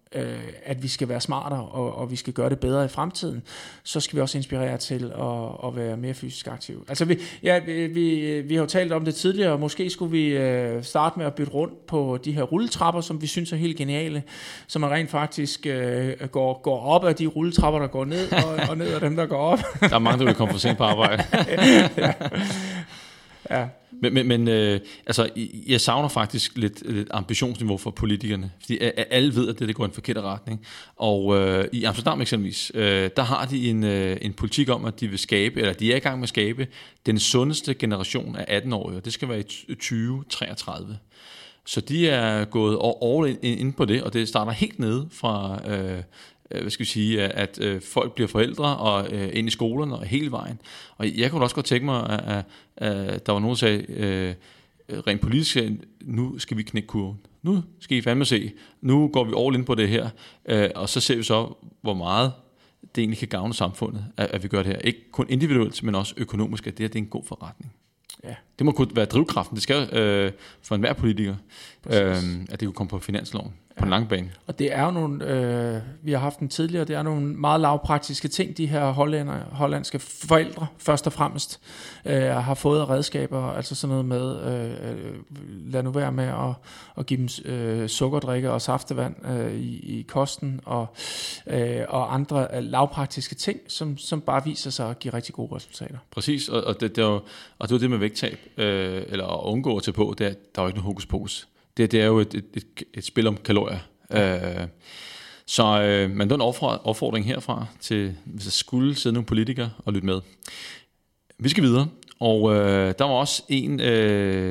at vi skal være smartere, og, og vi skal gøre det bedre i fremtiden, så skal vi også inspirere til at, at være mere fysisk aktive. Altså vi, ja, vi, vi, vi har jo talt om det tidligere, og måske skulle vi starte med at bytte rundt på de her rulletrapper, som vi synes er helt geniale, så man rent faktisk uh, går, går op af de rulletrapper, der går ned, og, og ned af dem, der går op. Der er mange, der vil komme for sent på arbejde. ja. Ja. Men, men, men øh, altså, jeg savner faktisk lidt, lidt ambitionsniveau for politikerne, fordi alle ved, at det, det går i en forkert retning. Og øh, i Amsterdam eksempelvis, øh, der har de en, øh, en politik om, at de vil skabe, eller de er i gang med at skabe, den sundeste generation af atten-årige, og det skal være i tyve treogtredive. Så de er gået all ind på det, og det starter helt nede fra... Øh, hvad skal vi sige, at, at folk bliver forældre og uh, ind i skolerne og hele vejen. Og jeg kunne også godt tænke mig, at, at, at der var nogen, der sagde, uh, rent politisk, nu skal vi knække kurven. Nu skal I fandme se. Nu går vi all in på det her. Uh, og så ser vi så, hvor meget det egentlig kan gavne samfundet, at, at vi gør det her. Ikke kun individuelt, men også økonomisk, at det her det er en god forretning. Ja. Det må kunne være drivkraften. Det skal øh, for enhver politiker, øh, at det kunne komme på finansloven på en lang bane. Og det er jo nogle, øh, vi har haft den tidligere, det er nogle meget lavpraktiske ting, de her hollænder, hollandske forældre, først og fremmest, øh, har fået redskaber, altså sådan noget med, øh, lad nu være med at, at give dem øh, sukkerdrikke og saftevand øh, i, i kosten, og, øh, og andre lavpraktiske ting, som, som bare viser sig at give rigtig gode resultater. Præcis, og, og, det, det, er jo, og det er det med vægttab, øh, eller at undgå at tage på, det er, der er jo ikke noget hokus pokus. Det, det er jo et, et, et, et spil om kalorier. Ja. Øh, så øh, men det er en opfordring herfra til, hvis der skulle sidde nogle politikere og lytte med. Vi skal videre, og øh, der var også en, øh,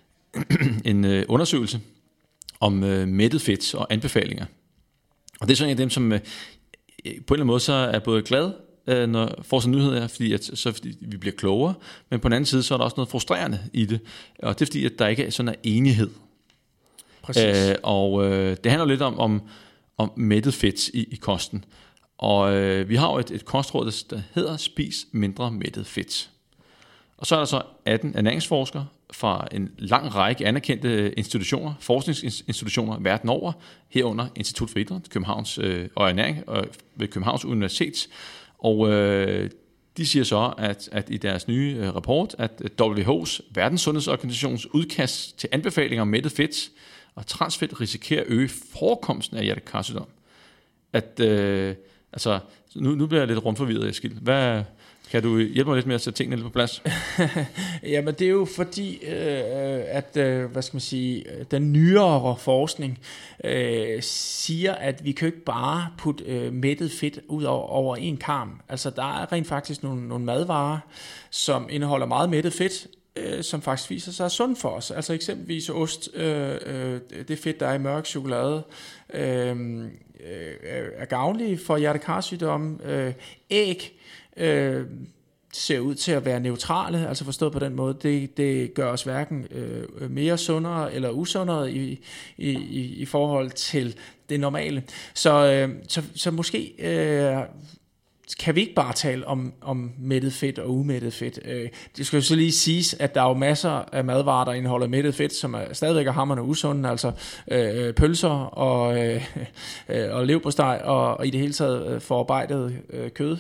en øh, undersøgelse om øh, mættet fedt og anbefalinger. Og det er sådan en af dem, som øh, på en eller anden måde så er både glad, øh, når får sådan nyheder her, fordi, at, så fordi vi bliver klogere, men på den anden side, så er der også noget frustrerende i det. Og det er fordi, at der ikke er sådan en enighed. Øh, og øh, det handler lidt om, om, om mættet fedt i, i kosten. Og øh, vi har jo et, et kostråd, der hedder spis mindre mættet fedt. Og så er der så atten ernæringsforskere fra en lang række anerkendte institutioner, forskningsinstitutioner verden over, herunder Institut for Idræt, Københavns øh, og Ernæring og ved Københavns Universitet. Og øh, de siger så, at, at i deres nye øh, rapport, at W H O's Verdenssundhedsorganisations udkast til anbefalinger om mættet fedt og transfedt risikerer at øge forekomsten af hjertekarsygdom. At, øh, altså, nu, nu bliver jeg lidt rumforvirret, Eskild. Hvad, kan du hjælpe mig lidt med at sætte tingene lidt på plads? Jamen, det er jo fordi, øh, at, øh, hvad skal man sige, den nyere forskning øh, siger, at vi kan jo ikke bare putte øh, mættet fedt ud over, over en karm. Altså, der er rent faktisk nogle, nogle madvarer, som indeholder meget mættet fedt, som faktisk viser sig sundt for os. Altså eksempelvis ost, øh, øh, det fedt, der er i mørk chokolade, øh, øh, er gavnlige for hjertekarsygdomme. Øh, æg øh, ser ud til at være neutrale, altså forstået på den måde, det, det gør os hverken øh, mere sundere eller usundere i, i, i, i forhold til det normale. Så, øh, så, så måske... Øh, kan vi ikke bare tale om, om mættet fedt og umættet fedt. Øh, det skal jo så lige siges, at der er jo masser af madvarer, der indeholder mættet fedt, som er stadigvæk er hamrende usunde, altså øh, pølser og, øh, og leverpostej og, og i det hele taget forarbejdet øh, kød.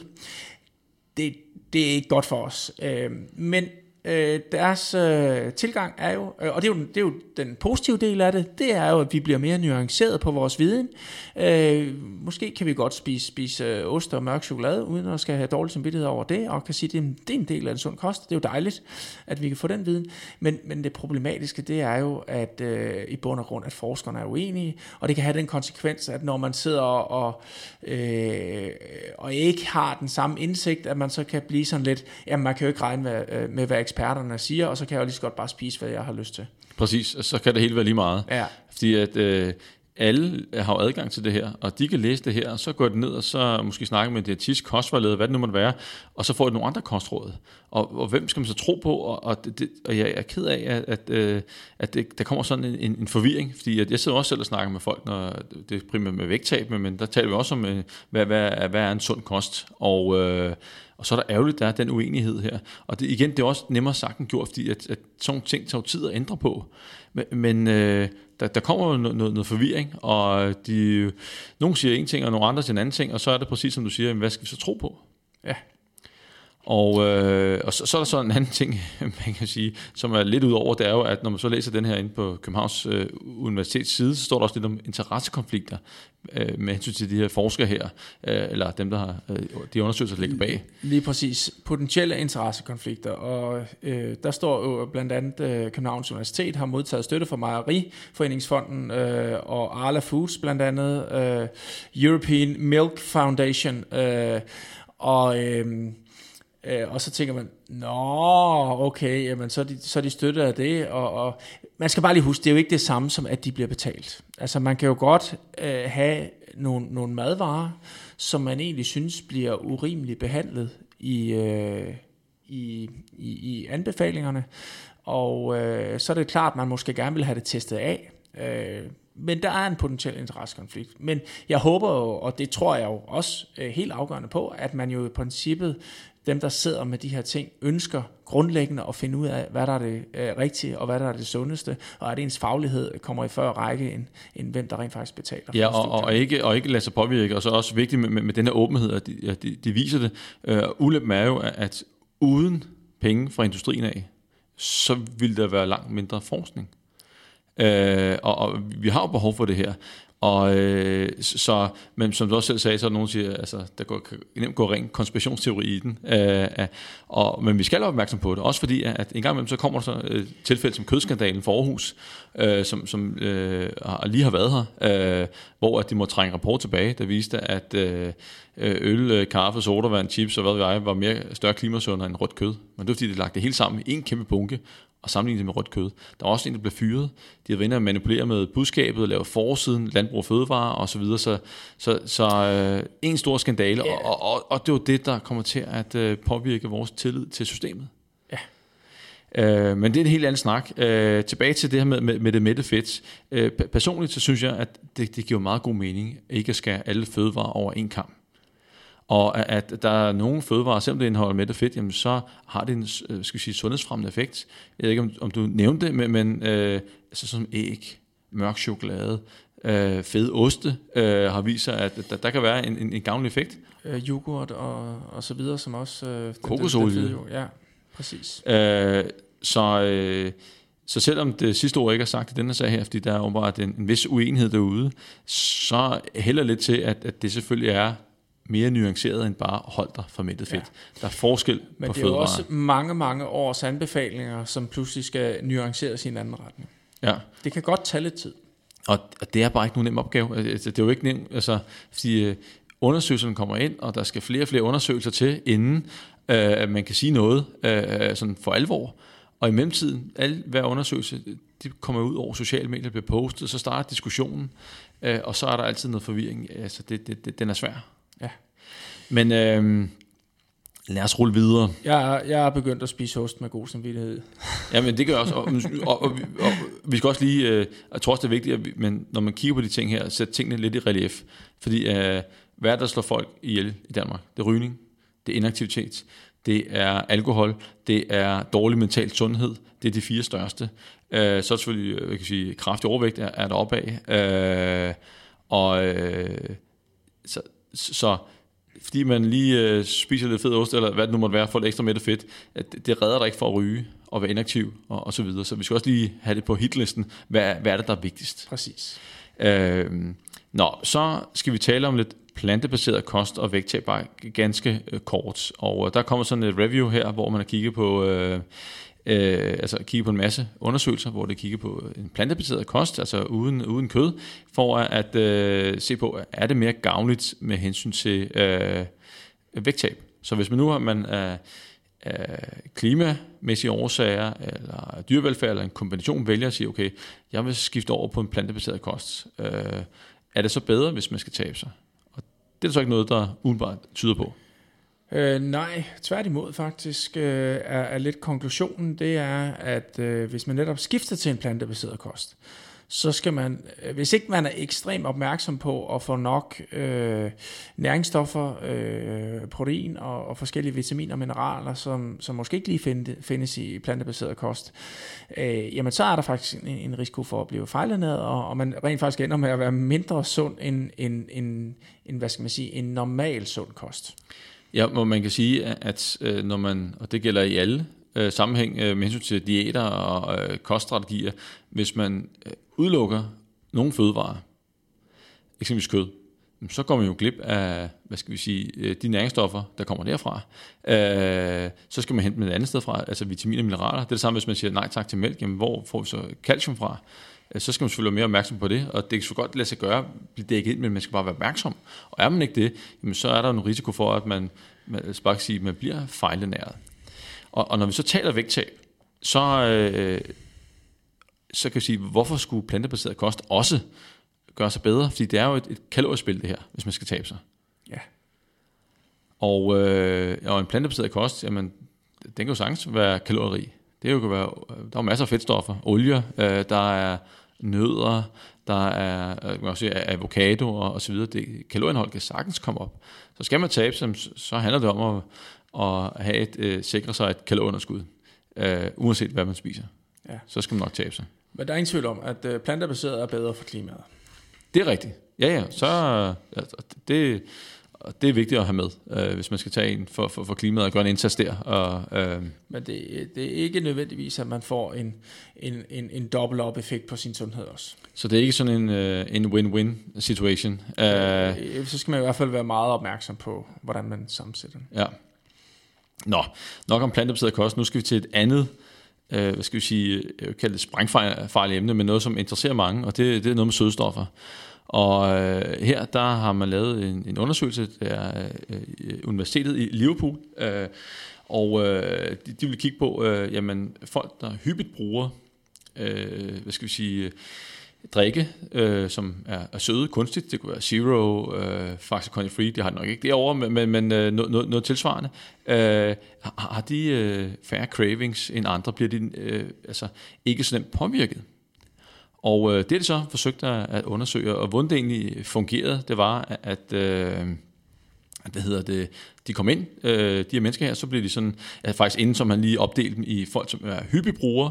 Det, det er ikke godt for os. Øh, men Øh, deres øh, tilgang er jo, øh, og det er jo, det er jo den positive del af det, det er jo, at vi bliver mere nuanceret på vores viden. Øh, måske kan vi godt spise, spise øh, ost og mørk chokolade, uden at skal have dårlig samvittighed over det, og kan sige, at det, det er en del af en sund kost. Det er jo dejligt, at vi kan få den viden. Men, men det problematiske, det er jo, at øh, i bund og grund, at forskerne er uenige, og det kan have den konsekvens, at når man sidder og, øh, og ikke har den samme indsigt, at man så kan blive sådan lidt, jamen man kan jo ikke regne med, med hvad eksperterne siger, og så kan jeg jo lige så godt bare spise, hvad jeg har lyst til. Præcis, og så kan det hele være lige meget. Ja. Fordi at øh, alle har adgang til det her, og de kan læse det her, og så går det ned, og så måske snakke med en diætist, kostvejleder, hvad det nu måtte være, og så får de nogle andre kostråd. Og, og hvem skal man så tro på? Og, og, det, og jeg er ked af, at, at, øh, at det, der kommer sådan en, en forvirring, fordi at jeg sidder også selv og snakker med folk, når det er primært med vægttab, men der taler vi også om, hvad, hvad, hvad er en sund kost, og øh, Og så er der ærgerligt, der er den uenighed her. Og det, igen, det er også nemmere sagt end gjort, fordi at, at sådan ting tager tid at ændre på. Men, men øh, der der, der kommer jo noget, noget, noget forvirring, og de, nogle siger en ting, og nogle andre siger en anden ting, og så er det præcis som du siger, hvad skal vi så tro på? Ja. Og, øh, og så, så er der så en anden ting, man kan sige, som er lidt ud over, det er jo, at når man så læser den her inde på Københavns øh, Universitets side, så står der også lidt om interessekonflikter øh, med hensyn til de her forskere her, øh, eller dem, der har øh, de undersøgelser, der ligger bag. Lige præcis. Potentielle interessekonflikter, og øh, der står jo blandt andet, øh, Københavns Universitet har modtaget støtte fra Mejeriforeningsfonden øh, og Arla Foods blandt andet, øh, European Milk Foundation, øh, og... Øh, og så tænker man, nå, okay, jamen, så, er de, så er de støttet af det, og, og man skal bare lige huske, det er jo ikke det samme som, at de bliver betalt. Altså man kan jo godt øh, have nogle, nogle madvarer, som man egentlig synes bliver urimeligt behandlet i, øh, i, i, i anbefalingerne, og øh, så er det klart, at man måske gerne vil have det testet af, øh, men der er en potentiel interessekonflikt. Men jeg håber jo, og det tror jeg jo også øh, helt afgørende på, at man jo i princippet, dem der sidder med de her ting, ønsker grundlæggende at finde ud af, hvad der er det øh, rigtige, og hvad der er det sundeste, og at ens faglighed kommer i før række, end, end hvem der rent faktisk betaler. Ja, og, og, ikke, og ikke lade sig påvirke, og så også vigtigt med, med, med den her åbenhed, at de, at de, de viser det. Øh, ulempen er jo, at uden penge fra industrien af, så vil der være langt mindre forskning. Øh, og, og vi har jo behov for det her. Og øh, så, men som du også selv sagde, så er der nogen, der siger, altså, der går, nemt går ren konspirationsteori i den. Øh, øh, og, men vi skal være opmærksom på det, også fordi, at en gang imellem, så kommer der så et tilfælde som kødskandalen for Aarhus, øh, som, som øh, lige har været her, øh, hvor at de må trænge rapport tilbage, der viste, at øh, øl, kaffe, sodavand, chips og hvad ved jeg, var mere større klimasynder end rødt kød. Men det var fordi, de lagde det hele sammen i en kæmpe bunke, og sammenlignet det med rødt kød. Der var også en, der blev fyret. De havde været inde og manipulere med budskabet, lave forsiden, landbrug og fødevarer og så videre. Så, så, så øh, en stor skandale, yeah. og, og, og det er jo det, der kommer til at øh, påvirke vores tillid til systemet. Ja. Øh, men det er en helt anden snak. Øh, tilbage til det her med, med, med det mætte fedt. Øh, personligt så synes jeg, at det, det giver meget god mening, ikke at skære alle fødevarer over en kam. Og at der er nogle fødevarer, selvom det indeholder mættet fedt, jamen så har det en skal vi sige, sundhedsfremmende effekt. Jeg ved ikke, om, om du nævnte det, men, men øh, altså som æg, mørk chokolade, øh, fede oste øh, har vist sig, at der, der kan være en, en, en gavnlig effekt. Øh, yoghurt og, og så videre, som også... Øh, kokosolie. Ja, præcis. Øh, så... Øh, Så selvom det sidste ord ikke er sagt i denne sag her, fordi der er åbenbart en, en vis uenighed derude, så hælder lidt til, at, at det selvfølgelig er mere nuanceret end bare hold dig for mættet fedt. Ja. Der er forskel Men på det er fødevarer. jo også mange, mange års anbefalinger, som pludselig skal nuanceres i en anden retning. Ja. Det kan godt tage lidt tid. Og, og det er bare ikke nogen nem opgave. Altså, det er jo ikke nemt, altså, fordi øh, undersøgelserne kommer ind, og der skal flere og flere undersøgelser til, inden øh, man kan sige noget øh, sådan for alvor. Og i mellemtiden, alle, hver undersøgelse, de kommer ud over sociale medier, bliver postet, så starter diskussionen, øh, og så er der altid noget forvirring. Altså, det, det, det, den er svær. Ja. Men øh, lad os rulle videre. Jeg, jeg er begyndt at spise ost med god samvittighed. Ja, men det gør jeg også. Og, og, og, og vi skal også lige, øh, jeg tror også det er vigtigt, at vi, men når man kigger på de ting her, sætter tingene lidt i relief. Fordi øh, hvad er der slår folk ihjel i Danmark? Det er rygning, det er inaktivitet, det er alkohol, det er dårlig mental sundhed, det er de fire største. Øh, så er selvfølgelig, jeg kan sige, kraftig overvægt er, er deroppe af. Øh, og øh, så, så fordi man lige øh, spiser lidt fed ost, eller hvad det nu måtte være, for lidt ekstra mættet fedt, at det, det redder dig ikke for at ryge og være inaktiv og, og så videre. Så vi skal også lige have det på hitlisten. Hvad, hvad er det, der er vigtigst? Præcis. Øh, nå, så skal vi tale om lidt plantebaseret kost og vægttab, bare ganske øh, kort. Og øh, der kommer sådan et review her, hvor man har kigget på, øh, øh, altså kigget på en masse undersøgelser, hvor det kigger på en plantebaseret kost, altså uden, uden kød, for at øh, se på, er det mere gavnligt med hensyn til øh, vægttab. Så hvis man nu har man øh, øh, klimamæssige årsager, eller dyrevelfærd, eller en kombination, vælger at sige, okay, jeg vil skifte over på en plantebaseret kost. Øh, er det så bedre, hvis man skal tabe sig? Det er så ikke noget, der umiddelbart tyder på. Øh, nej, tværtimod faktisk øh, er, er lidt konklusionen, det er, at øh, hvis man netop skifter til en plantebaseret kost, så skal man, hvis ikke man er ekstremt opmærksom på at få nok øh, næringsstoffer, øh, protein og, og forskellige vitaminer og mineraler, som, som måske ikke lige find, findes i plantebaseret kost, øh, jamen så er der faktisk en, en risiko for at blive fejlernæret, og, og man rent faktisk ender med at være mindre sund end, end, end, end hvad skal man sige, en normal sund kost. Ja, hvor man kan sige, at øh, når man, og det gælder i alle øh, sammenhæng øh, med hensyn til diæter og øh, koststrategier, hvis man øh, udelukker nogle fødevarer, eksempelvis kød, så går man jo glip af, hvad skal vi sige, øh, de næringsstoffer, der kommer derfra. Øh, så skal man hente med et andet sted fra, altså vitaminer og mineraler. Det er det samme, hvis man siger nej tak til mælk, jamen hvor får vi så calcium fra? Så skal man selvfølgelig være mere opmærksom på det, og det kan så godt lade sig gøre, blive dækket ind, men man skal bare være opmærksom. Og er man ikke det, jamen så er der en risiko for, at man, man, bare sige, man bliver fejlernæret. Og, og når vi så taler vægttab, så, øh, så kan vi sige, hvorfor skulle plantebaseret kost også gøre sig bedre? Fordi det er jo et, et kaloriespil det her, hvis man skal tabe sig. Ja. Og, øh, og en plantebaseret kost, jamen, den kan jo sagtens være kalorierig. Det jo kan være, der er masser af fedtstoffer, olier, øh, der er nødder, der er man kan også sige, avocado og, og så videre. Det kalorieindhold kan sagtens komme op. Så skal man tabe sig, så handler det om at, at have et, øh, sikre sig et kalorieunderskud, øh, uanset hvad man spiser. Ja. Så skal man nok tabe sig. Men der er ingen tvivl om, at øh, plantebaseret er bedre for klimaet. Det er rigtigt. Ja, ja. Så ja, det, det er vigtigt at have med, øh, hvis man skal tage en for, for, for klimaet og gøre en indsats der. Og, øh, Men det, det er ikke nødvendigvis, at man får en, en, en, en dobbelt-op effekt på sin sundhed også. Så det er ikke sådan en, øh, en win-win situation. Øh, så skal man i hvert fald være meget opmærksom på, hvordan man sammensætter den. Ja. Nå, nok om plantebaseret kost. Nu skal vi til et andet, øh, hvad skal vi sige, jeg vil kalde det sprængfarligt emne, men noget, som interesserer mange, og det, det er noget med sødestoffer. Og øh, her der har man lavet en, en undersøgelse, der er øh, universitetet i Liverpool, øh, og øh, de, de vil kigge på, øh, jamen folk, der hyppigt bruger, øh, hvad skal vi sige, drikke, øh, som er, er søde kunstigt, det kunne være zero, øh, faktisk Conny Free, det har de nok ikke derovre, men, men, men øh, noget, noget tilsvarende. Øh, har, har de øh, færre cravings end andre, bliver de øh, altså ikke så nemt påvirket? Og øh, det er det så forsøgt at, at undersøge, og hvordan det egentlig fungerede, det var, at, øh, at hvad hedder det, de kom ind, øh, de her mennesker her, så blev de sådan, at faktisk inden som han lige opdelte dem i folk, som er hyppige brugere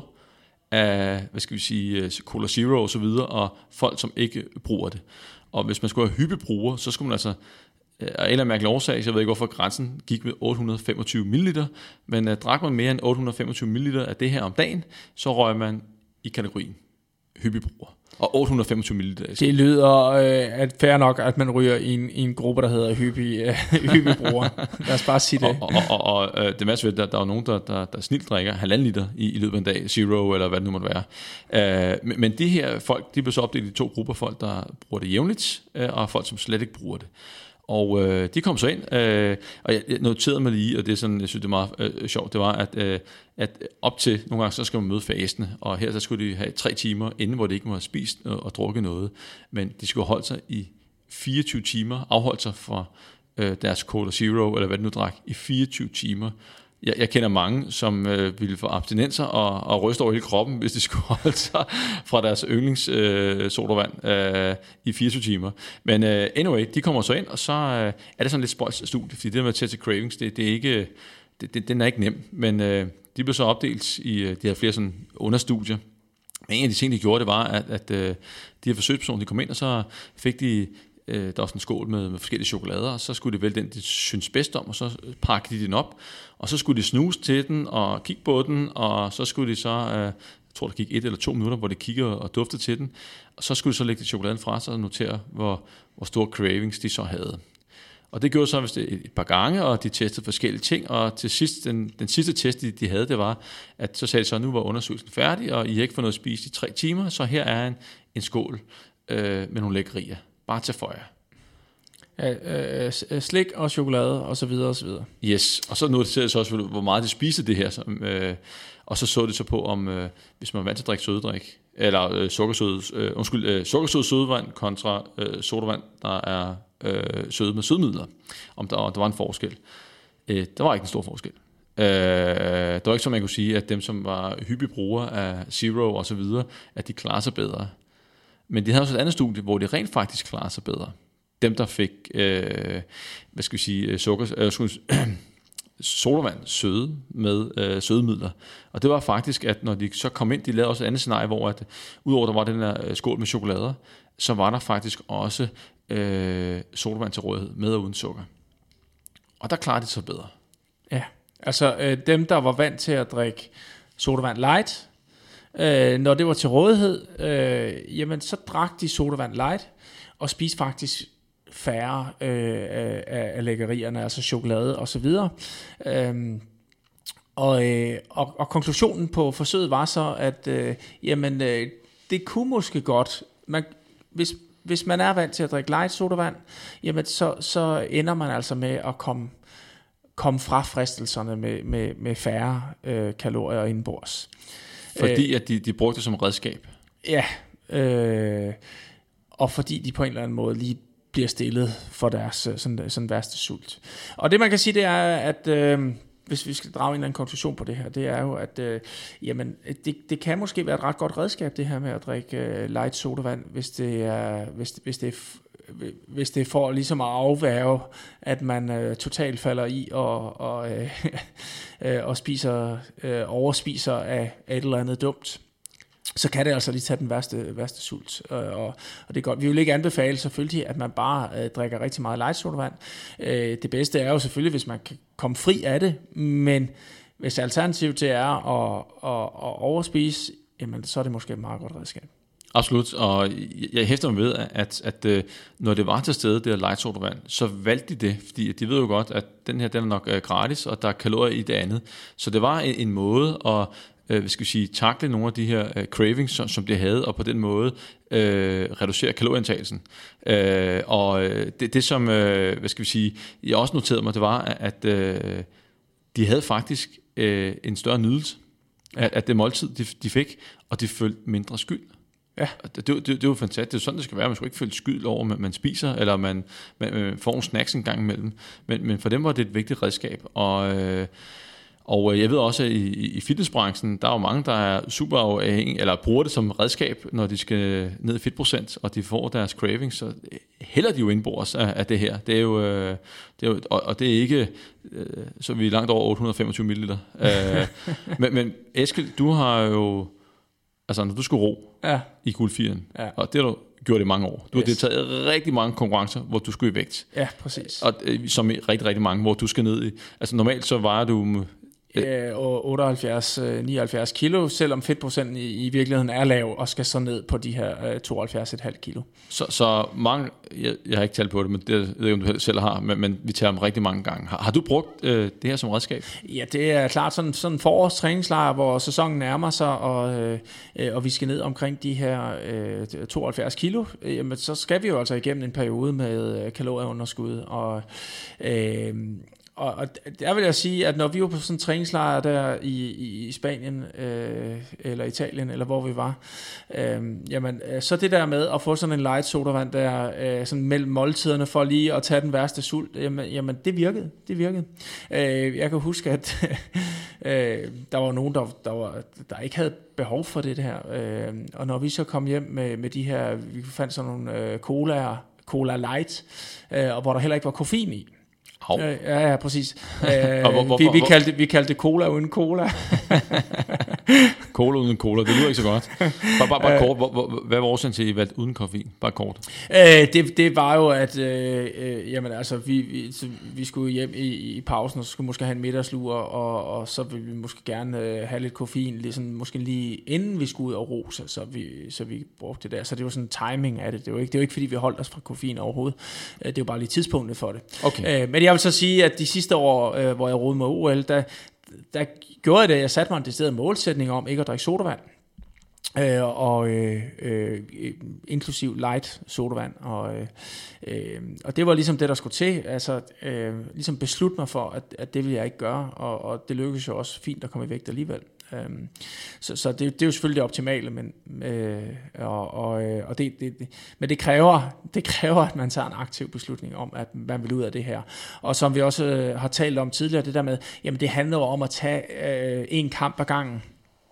af, hvad skal vi sige, Cola Zero og så videre, og folk, som ikke bruger det. Og hvis man skulle have hyppige brugere, så skulle man altså, af en eller anden mærkelig årsag, så jeg ved ikke, hvorfor grænsen gik med otte hundrede og femogtyve milliliter, men uh, drak man mere end otte hundrede og femogtyve milliliter af det her om dagen, så røg man i kategorien hyppig bruger. Og otte hundrede og femogtyve milliliter. Det lyder øh, at fair nok, at man ryger i en, i en gruppe, der hedder hyppig, øh, hyppig bruger. Lad os bare sige det. Og, og, og, og øh, det mest ved, der, der er jo nogen, der, der, der snilt drikker halvanden liter i, i løbet af en dag, zero eller hvad det nu måtte være. Øh, men, men de her folk, de bliver så opdelt i to grupper, folk, der bruger det jævnligt, øh, og folk, som slet ikke bruger det. Og øh, de kom så ind, øh, og jeg noterede mig lige, og det er sådan, jeg synes, det er meget øh, sjovt, det var, at, øh, at op til, nogle gange så skal man møde fastende, og her så skulle de have tre timer inden, hvor de ikke må have spist og, og drukket noget, men de skulle holde sig i fireogtyve timer, afholdt sig fra øh, deres Cola Zero, eller hvad det nu drak, i fireogtyve timer. Jeg, jeg kender mange, som øh, ville få abstinenser og, og ryste over hele kroppen, hvis de skulle holde sig fra deres yndlings øh, sodavand øh, i fireogtyve timer. Men øh, anyway, de kommer så ind, og så øh, er det sådan lidt spøjs studie, fordi det der med at teste cravings, det, det er ikke, det, det, den er ikke nem, men øh, de blev så opdelt i, de havde flere sådan understudier. Men en af de ting, de gjorde, det var, at, at øh, de her forsøgspersoner, de kom ind, og så fik de der var sådan en skål med, med forskellige chokolader, og så skulle de vælge den, de synes bedst om, og så pakkede de den op, og så skulle de snuse til den, og kigge på den, og så skulle de så, øh, jeg tror der gik et eller to minutter, hvor de kiggede og duftede til den, og så skulle de så lægge chokoladen fra sig og notere, hvor, hvor store cravings de så havde. Og det gjorde så hvis det et par gange, og de testede forskellige ting, og til sidst, den, den sidste test, de, de havde, det var, at så sagde de så, nu var undersøgelsen færdig, og I har ikke fået noget at spise i tre timer, så her er en, en skål øh, med nogle lækkerier. Bare til for jer. Ja, øh, slik og chokolade og så videre og så videre. Yes, og så noterede så også, hvor meget de spiste det her. Som, øh, og så så det så på, om øh, hvis man var vant til at drikke sødedrik, eller øh, sukkersød, øh, undskyld, øh, sukkersød sødevand kontra øh, sodavand, der er øh, søde med sødmidler, om der, der var en forskel. Øh, der var ikke en stor forskel. Øh, det var ikke så, man kunne sige, at dem, som var hyppige brugere af Zero og så videre, at de klarer sig bedre. Men de havde også et andet studie, hvor de rent faktisk klarede sig bedre. Dem, der fik, øh, hvad skal vi sige, sukker, øh, sodavand søde med øh, sødemidler. Og det var faktisk, at når de så kom ind, de lavede også et andet scenarie, hvor at, udover der var den der skål med chokolader, så var der faktisk også øh, sodavand til rådighed, med og uden sukker. Og der klarede de sig bedre. Ja, altså øh, dem, der var vant til at drikke sodavand light, øh, når det var til rådighed, øh, jamen så drak de sodavand light, og spiste faktisk færre øh, af, af lækkerierne, altså chokolade og så videre. Øhm, og, øh, og, og konklusionen på forsøget var så, at øh, jamen, øh, det kunne måske godt, man, hvis, hvis man er vant til at drikke light sodavand, jamen så, så ender man altså med at komme, komme fra fristelserne med, med, med færre øh, kalorier indenbords. Fordi at de, de brugte det som redskab? Ja, øh, og fordi de på en eller anden måde lige bliver stillet for deres sådan, sådan værste sult. Og det man kan sige, det er, at øh, hvis vi skal drage en eller anden konklusion på det her, det er jo, at øh, jamen, det, det kan måske være et ret godt redskab, det her med at drikke øh, light sodavand, hvis det er, hvis, hvis det er, hvis det er for ligesom at afværge, at man øh, totalt falder i og, og, øh, øh, og spiser, øh, overspiser af, af et eller andet dumt. Så kan det altså lige tage den værste, værste sult. Og, og det er godt. Vi vil ikke anbefale selvfølgelig, at man bare øh, drikker rigtig meget light sodavand. Øh, det bedste er jo selvfølgelig, hvis man kan komme fri af det, men hvis alternativet til er at, at, at overspise, jamen, så er det måske et meget godt redskab. Absolut, og jeg hæfter mig ved, at, at, at når det var til stede, det her light sodavand, så valgte de det, fordi de ved jo godt, at den her den er nok gratis, og der er kalorier i det andet. Så det var en, en måde at hvad skal vi sige, takle nogle af de her uh, cravings, som, som de havde, og på den måde uh, reducere kalorieindtagelsen. Uh, og det, det som, uh, hvad skal vi sige, jeg også noterede mig, det var, at uh, de havde faktisk uh, en større nydelse af, af det måltid, de, de fik, og de følte mindre skyld. Ja. Det, det, det, det er jo fantastisk. Det er sådan, det skal være. Man skal ikke føle skyld over, at man spiser, eller man, man får nogle snacks en gang imellem. Men, men for dem var det et vigtigt redskab. Og uh, Og jeg ved også, at i, i fitnessbranchen, der er jo mange, der er super afhængige, eller bruger det som redskab, når de skal ned i fedtprocent, og de får deres cravings, så hælder de jo indbords af, af det her. Det er jo, det er jo og, og det er ikke, så vi er langt over otte hundrede og femogtyve milliliter. men, men Eskild, du har jo, altså når du skulle ro ja. i Guldfiren, ja. og det har du gjort i mange år. Du yes. har deltaget rigtig mange konkurrencer, hvor du skulle i vægt. Ja, præcis. Og som i rigtig, rigtig mange, hvor du skal ned i, altså normalt så vejer du og otteoghalvfjerds til nioghalvfjerds kilo, selvom fedtprocenten i, i virkeligheden er lav, og skal så ned på de her uh, tooghalvfjerds komma fem kilo. Så, så mange, jeg, jeg har ikke talt på det, men det ved jeg ikke, om du selv har, men, men vi tager dem rigtig mange gange. Har, har du brugt øh, det her som redskab? Ja, det er klart sådan, sådan en forårstræningslejr, hvor sæsonen nærmer sig, og, øh, og vi skal ned omkring de her øh, tooghalvfjerds kilo. Jamen, så skal vi jo altså igennem en periode med øh, kalorieunderskud, og øh, Og, og der vil jeg sige, at når vi var på sådan en træningslejr der i, i, i Spanien øh, eller Italien, eller hvor vi var, øh, jamen, så det der med at få sådan en light sodavand der, øh, sådan mellem måltiderne for lige at tage den værste sult, jamen, jamen det virkede, det virkede. Øh, jeg kan huske, at øh, der var nogen, der, der, var, der ikke havde behov for det her, øh, og når vi så kom hjem med, med de her, vi fandt sådan nogle øh, cola, cola light, øh, og hvor der heller ikke var koffein i. Oh. Ja, ja, præcis. Æh, hvor, hvor, vi, vi, kaldte, vi kaldte det cola uden cola. Cola uden cola, det lyder ikke så godt. Bare, bare, bare kort, hvor, hvor, hvad var årsagen til, at I valgte uden koffein? Bare kort. Æh, det, det var jo, at øh, øh, jamen, altså, vi, vi, så, vi skulle hjem i, i pausen, og så skulle vi måske have en middagslur, og, og så ville vi måske gerne øh, have lidt koffein, ligesom, måske lige inden vi skulle ud og ro, så, så, vi, så vi brugte det der. Så det var sådan en timing af det. Det var ikke, det var ikke fordi vi holdt os fra koffein overhovedet. Det var bare lige tidspunktet for det. Okay. Æh, men jeg vil så sige, at de sidste år, øh, hvor jeg rodede med O L, der, der gjorde jeg det, jeg satte mig en decideret målsætning om ikke at drikke sodavand, øh, og øh, øh, inklusiv light sodavand, og, øh, og det var ligesom det, der skulle til, altså øh, ligesom beslutte mig for, at, at det ville jeg ikke gøre, og, og det lykkedes jo også fint at komme i vægt alligevel. Um, så så det, det er jo selvfølgelig det optimale, men, øh, og, og, og det, det, det, men det kræver, det kræver, at man tager en aktiv beslutning om, at man vil ud af det her. Og som vi også øh, har talt om tidligere, det der med, jamen det handler jo om at tage øh, en kamp ad gangen.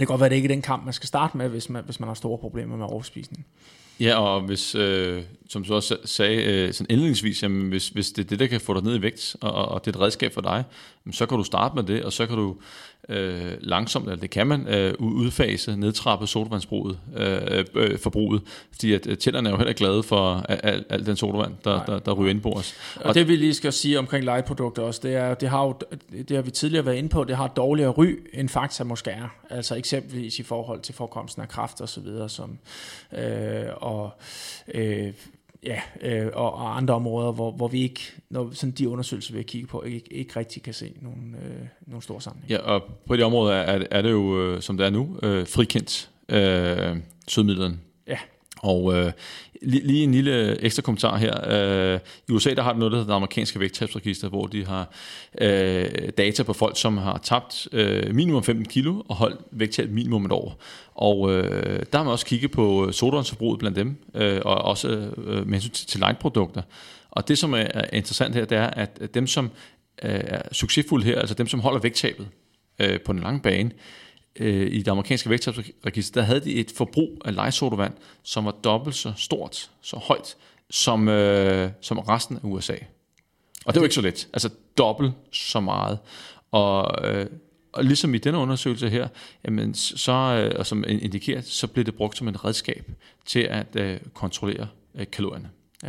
kan godt være, at det ikke er den kamp, man skal starte med, hvis man, hvis man har store problemer med overspisning. Ja, og hvis, øh, som du også sagde øh, sådan indledningsvis, jamen, hvis, hvis det er det, der kan få dig ned i vægt, og, og det er et redskab for dig, jamen, så kan du starte med det, og så kan du øh, langsomt, eller det kan man, øh, udfase, nedtrappe sodavandsforbruget, øh, øh, forbruget, fordi at tænderne er jo heller glade for al, al den sodavand, der, der, der ryger ind på os. Og, og det vi lige skal sige omkring lightprodukter også, det er, det har jo, det har vi tidligere været inde på, det har dårligere ry, end Fakta måske er. Altså eksempelvis i forhold til forekomsten af kræft og så videre, som øh, og øh, ja, øh, og, og andre områder, hvor, hvor vi ikke, når sådan de undersøgelser, vi har kigget på, ikke, ikke rigtig kan se nogen, øh, nogen store sammenhæng. Ja, og på det område er, er det jo, øh, som det er nu, øh, frikendt øh, sødmidlerne. Ja. Og øh, lige, lige en lille ekstra kommentar her. Øh, I U S A, der har de noget, der hedder det amerikanske vægttabsregister, hvor de har øh, data på folk, som har tabt øh, minimum femten kilo og holdt vægttab minimum et år. Og øh, der har man også kigget på sodavandsforbruget blandt dem, øh, og også øh, med hensyn til, til lightprodukter. Og det, som er interessant her, det er, at dem, som øh, er succesfulde her, altså dem, som holder vægttabet øh, på den lange bane, i det amerikanske vægttabsregister, der havde de et forbrug af lightsodavand, som var dobbelt så stort, så højt, som, øh, som resten af U S A. Og det var ikke så let. Altså dobbelt så meget. Og, øh, og ligesom i denne undersøgelse her, jamen, så, øh, og som indikerer, så blev det brugt som et redskab til at øh, kontrollere øh, kalorierne.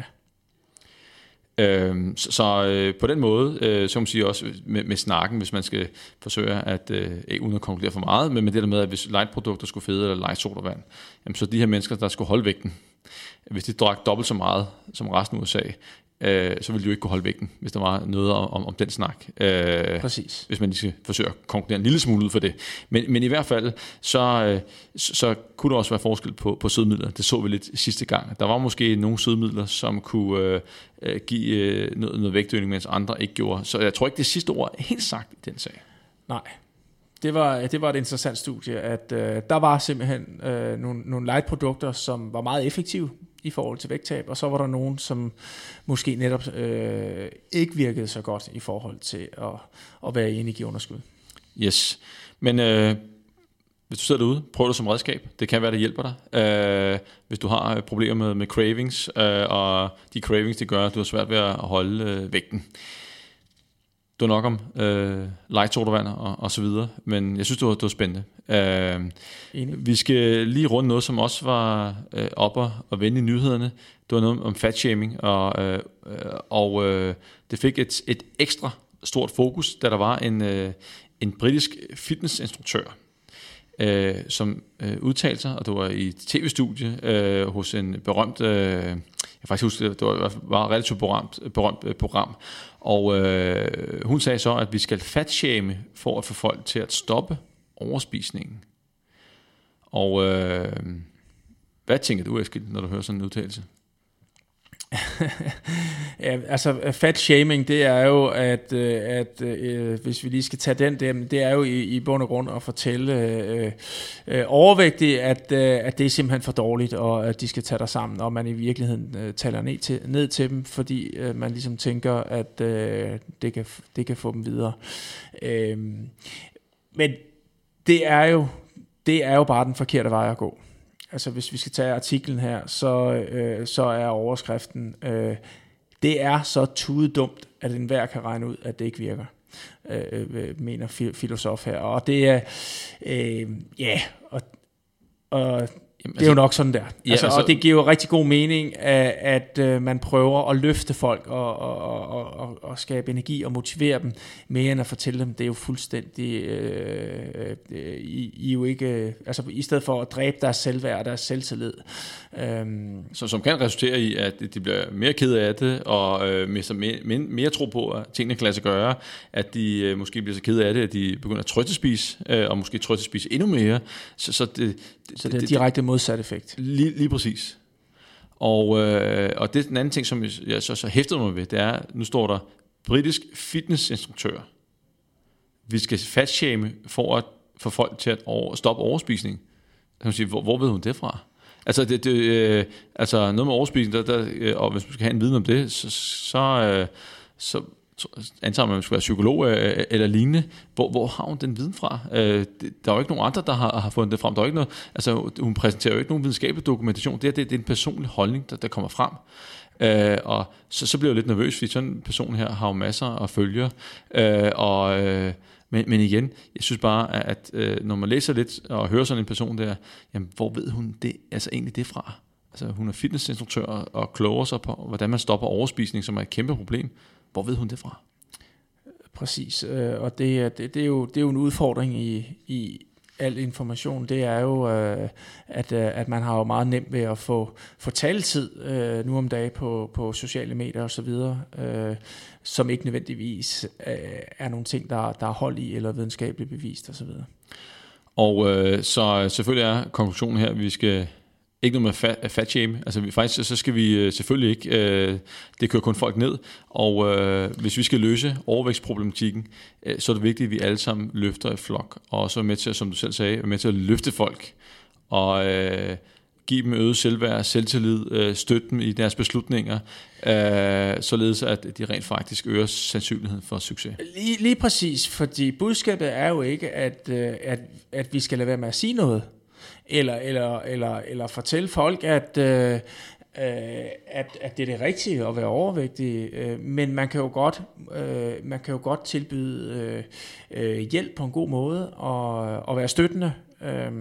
Øhm, så så øh, på den måde, øh, så kan man sige også med, med snakken, hvis man skal forsøge at, øh, ikke uden at konkludere for meget, men med det der med, at hvis lightprodukter skulle fede eller light sodavand, jamen, så de her mennesker, der skulle holde vægten, hvis de drak dobbelt så meget som resten af U S A, øh, så ville de jo ikke kunne holde vægten, hvis der var noget om, om den snak. Øh, Præcis. Hvis man lige skal forsøge at konkludere en lille smule ud for det. Men, men i hvert fald, så, øh, så, så kunne der også være forskel på, på sødmidler. Det så vi lidt sidste gang. Der var måske nogle sødmidler, som kunne øh, give øh, noget, noget vægtøgning, mens andre ikke gjorde. Så jeg tror ikke, det sidste ord er helt sagt i den sag. Nej. Det var, det var et interessant studie, at øh, der var simpelthen øh, nogle, nogle lightprodukter, som var meget effektive i forhold til vægttab, og så var der nogen, som måske netop øh, ikke virkede så godt i forhold til at, at være i energiunderskud. Yes, men øh, hvis du sidder derude, prøv det som redskab. Det kan være, det hjælper dig. Øh, hvis du har problemer med, med cravings, øh, og de cravings, det gør, at du har svært ved at holde øh, vægten. Det var nok om øh, light sodavand og, og så videre, men jeg synes, det var, det var spændende. Øh, vi skal lige runde noget, som også var øh, oppe og vende i nyhederne. Det var noget om fatshaming, og, øh, og øh, det fik et, et ekstra stort fokus, da der var en, øh, en britisk fitnessinstruktør, øh, som øh, udtalte sig, og det var i et tv-studie øh, hos en berømt, øh, jeg faktisk husker, det var, var et relativt berømt, berømt program, og øh, hun sagde så, at vi skal fatshame for at få folk til at stoppe overspisningen. Og øh, hvad tænker du, Eskild, når du hører sådan en udtalelse? Ja, altså fat shaming, det er jo, at, at øh, hvis vi lige skal tage den der, det er jo i, i bund og grund at fortælle øh, øh, overvægtige, at, øh, at det er simpelthen for dårligt, og at de skal tage dig sammen, og man i virkeligheden øh, taler ned til, ned til dem, fordi øh, man ligesom tænker, at øh, det, kan, det kan få dem videre. Øh, men det er jo det er jo bare den forkerte vej at gå. Altså hvis vi skal tage artiklen her, så, øh, så er overskriften, øh, det er så tudedumt, at enhver kan regne ud, at det ikke virker, øh, mener filosof her. Og det er, øh, ja, og, og Jamen, det er jo nok sådan der. Ja, altså, altså, og det giver jo rigtig god mening, at, at, at man prøver at løfte folk og, og, og, og, og skabe energi og motivere dem, mere end at fortælle dem, det er jo fuldstændig, øh, øh, I, I jo ikke, altså i stedet for at dræbe deres selvværd og deres selvtillid. Øhm. Så, som kan resultere i, at de bliver mere ked af det, og øh, mister mere, mere, mere tro på, at tingene kan lade sig gøre, at de øh, måske bliver så ked af det, at de begynder at trøttespise, øh, og måske trøttespise endnu mere. Så, så, det, det, så det er direkte modsat effekt. Lige, lige præcis. Og, øh, og det den anden ting, som jeg så, så hæftede mig ved, det er, nu står der britisk fitnessinstruktør. Vi skal fatshame for at få folk til at over, stoppe overspisning. Sige, hvor, hvor ved hun det fra? Altså, det, det, øh, altså noget med overspisning, der, der, øh, og hvis man skal have en viden om det, så, så, øh, så antager man, man skal være psykolog øh, eller lignende. Hvor, hvor har hun den viden fra? Øh, det, der er jo ikke nogen andre, der har, har fundet det frem. Der er ikke noget, altså, hun præsenterer jo ikke nogen videnskabelig dokumentation. Det, er, det, det er en personlig holdning, der, der kommer frem. Øh, og så, så bliver jeg lidt nervøs, fordi sådan en person her har jo masser af følgere. Øh, og, øh, men, men igen, jeg synes bare, at øh, når man læser lidt og hører sådan en person der, jamen, hvor ved hun det, altså egentlig det fra? Altså, hun er fitnessinstruktør og kloger sig på, hvordan man stopper overspisning, som er et kæmpe problem. Hvor ved hun det fra? Præcis, og det, det, det, er, jo, det er jo en udfordring i, i al information. Det er jo, at, at man har jo meget nemt ved at få, få taletid nu om dagen på, på sociale medier osv., som ikke nødvendigvis er nogle ting, der, der er hold i eller videnskabeligt bevist osv. Og øh, så selvfølgelig er konklusionen her, at vi skal ikke noget med fat, fat shame. Altså vi, faktisk så skal vi selvfølgelig ikke, øh, det kører kun folk ned, og øh, hvis vi skal løse overvægtsproblematikken, øh, så er det vigtigt, at vi alle sammen løfter i flok, og så er med til, som du selv sagde, er med til at løfte folk, og øh, give dem øget selvværd, selvtillid, øh, støtte dem i deres beslutninger, øh, således at de rent faktisk øger sandsynligheden for succes. Lige, lige præcis, fordi budskabet er jo ikke, at, at, at vi skal lade være med at sige noget, Eller, eller, eller, eller fortælle folk, at, øh, at, at det er det rigtige at være overvægtig, øh, men man kan jo godt, øh, man kan jo godt tilbyde øh, hjælp på en god måde og, og være støttende. Øh,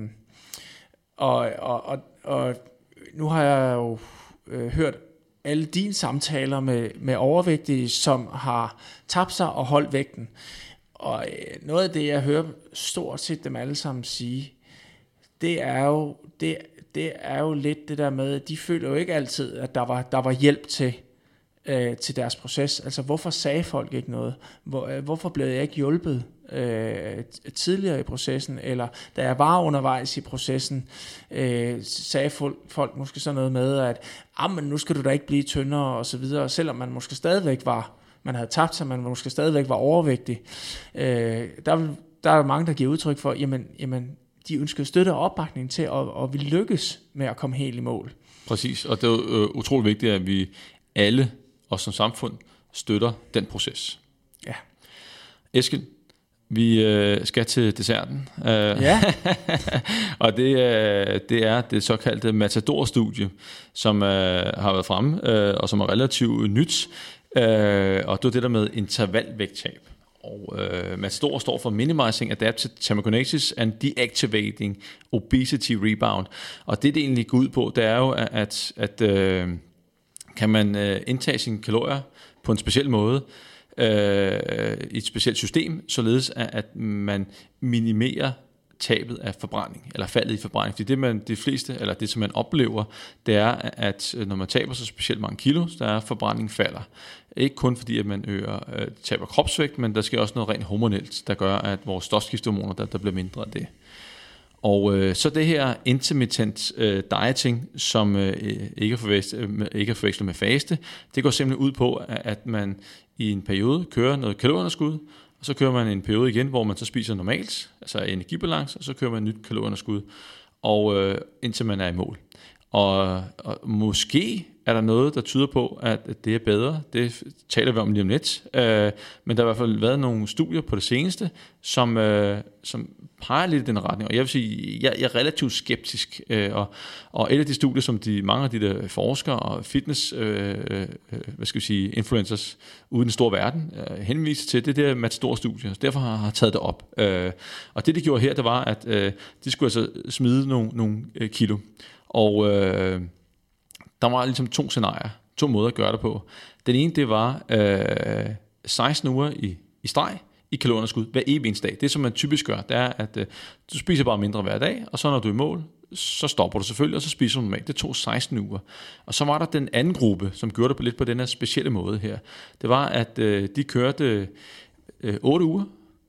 og, og, og, og nu har jeg jo øh, hørt alle dine samtaler med, med overvægtige, som har tabt sig og holdt vægten. Og øh, noget af det, jeg hører stort set dem alle sammen sige, det er jo det, det er jo lidt det der med, at de føler jo ikke altid, at der var, der var hjælp til, øh, til deres proces. Altså, hvorfor sagde folk ikke noget? Hvor, øh, hvorfor blev jeg ikke hjulpet øh, tidligere i processen? Eller da jeg var undervejs i processen, øh, sagde folk, folk måske sådan noget med, at ah, men nu skal du da ikke blive tyndere og så videre, selvom man måske stadigvæk var, man havde tabt sig, man måske stadigvæk var overvægtig. Øh, der, der er mange, der giver udtryk for, jamen, jamen de ønsker støtte og opbakning til, og, og vi lykkes med at komme helt i mål. Præcis, og det er jo øh, utroligt vigtigt, at vi alle, os som samfund, støtter den proces. Ja. Eskil, vi øh, skal til desserten. Uh, ja. og det, øh, det er det såkaldte Matador-studie, som øh, har været fremme, øh, og som er relativt nyt. Øh, og det er det der med intervalvægttab. Og øh, Matador står for Minimizing Adaptive Thermogenesis and Deactivating Obesity Rebound. Og det, det egentlig går ud på, det er jo, at, at øh, kan man øh, indtage sine kalorier på en speciel måde, øh, i et specielt system, således at, at man minimerer tabet af forbrænding, eller faldet i forbrænding. Fordi det, man, de fleste, eller det, som man oplever, det er, at når man taber så specielt mange kilo, så der er forbrændingen falder. Ikke kun fordi, at man øger, øh, taber kropsvægt, men der sker også noget rent hormonelt, der gør, at vores stofskiftehormoner, der, der bliver mindre af det. Og øh, så det her intermittent øh, dieting, som øh, ikke, er forvekslet, øh, ikke er forvekslet med faste, det går simpelthen ud på, at man i en periode kører noget kalorieunderskud, og så kører man en periode igen, hvor man så spiser normalt, altså energibalance, og så kører man et nyt kalorieunderskud, og øh, indtil man er i mål. Og, og måske er der noget, der tyder på, at det er bedre. Det taler vi om lige om lidt. Øh, men der har i hvert fald været nogle studier på det seneste, som, øh, som peger lidt i den retning. Og jeg vil sige, jeg, jeg er relativt skeptisk. Øh, og, og et af de studier, som de, mange af de der forskere og fitness øh, øh, hvad skal vi sige, influencers ude i den store verden øh, henviser til, det der Matador-studie. Derfor har jeg taget det op. Øh, og det, de gjorde her, det var, at øh, de skulle altså smide nogle, nogle øh, kilo. Og øh, der var ligesom to scenarier, to måder at gøre det på. Den ene, det var øh, seksten uger i, i streg i kalorieunderskud hver evig eneste dag. Det, som man typisk gør, det er, at øh, du spiser bare mindre hver dag, og så når du er i mål, så stopper du selvfølgelig, og så spiser du normalt. Det tog seksten uger. Og så var der den anden gruppe, som gjorde det på lidt på den her specielle måde her. Det var, at øh, de kørte øh, otte uger,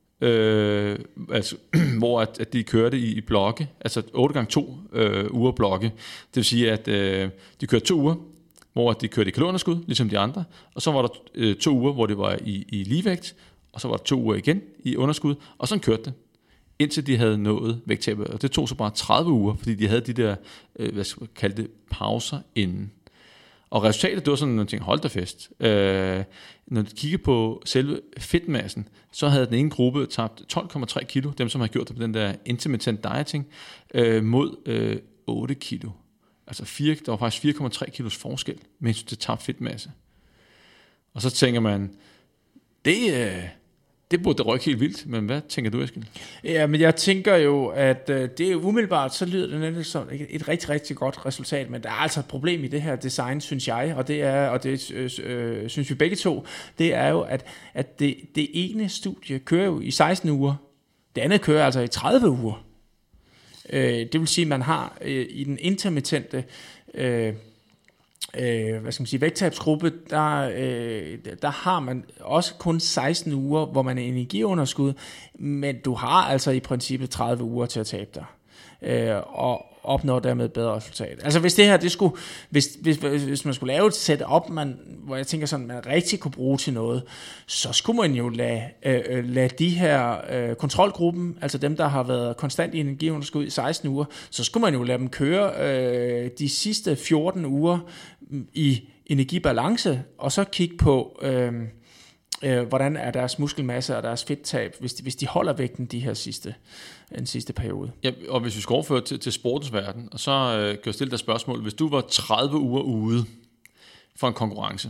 Øh, altså, hvor at, at de kørte i, i blokke, altså otte gange to øh, uger blokke. Det vil sige, at øh, de kørte to uger, hvor de kørte i kalorieunderskud, ligesom de andre, og så var der øh, to uger, hvor det var i, i ligevægt, og så var der to uger igen i underskud, og så kørte det, indtil de havde nået vægttabet. Og det tog så bare tredive uger, fordi de havde de der, øh, hvad skal man kalde det, pauser inden. Og resultatet, det var sådan, at man tænkte, hold da fest. Øh, når du kigger på selve fedtmassen, så havde den ene gruppe tabt tolv komma tre kilo, dem som har gjort det på den der intermittent dieting, øh, mod øh, otte kilo. Altså fire, der var faktisk fire komma tre kilos forskel, mens det tabte fedtmasse. Og så tænker man, det, øh, det burde da rykke helt vildt, men hvad tænker du, Eskild? Ja, men jeg tænker jo, at øh, det er umiddelbart, så lyder det nemlig som et, et rigtig, rigtig godt resultat, men der er altså et problem i det her design, synes jeg, og det er, og det øh, øh, synes vi begge to, det er jo, at, at det, det ene studie kører jo i seksten uger, det andet kører altså i tredive uger. Øh, det vil sige, at man har øh, i den intermittente øh, øh, hvad skal man sige, vægttabsgruppe, der, øh, der har man også kun seksten uger, hvor man er energiunderskud, men du har altså i princippet tredive uger til at tabe dig, øh, og opnår dermed et bedre resultat. Altså hvis det her, det skulle, hvis, hvis, hvis man skulle lave et setup, man, hvor jeg tænker sådan, man rigtig kunne bruge til noget, så skulle man jo lade, øh, lade de her øh, kontrolgruppen, altså dem, der har været konstant i energiunderskud i seksten uger, så skulle man jo lade dem køre øh, de sidste fjorten uger i energibalance, og så kigge på, øh, øh, hvordan er deres muskelmasse og deres fedttab, hvis de, hvis de holder vægten de her sidste, den sidste periode. Ja, og hvis vi skal overføre til, til sportens verden, og så øh, kan jeg stille dig spørgsmål, hvis du var tredive uger ude for en konkurrence,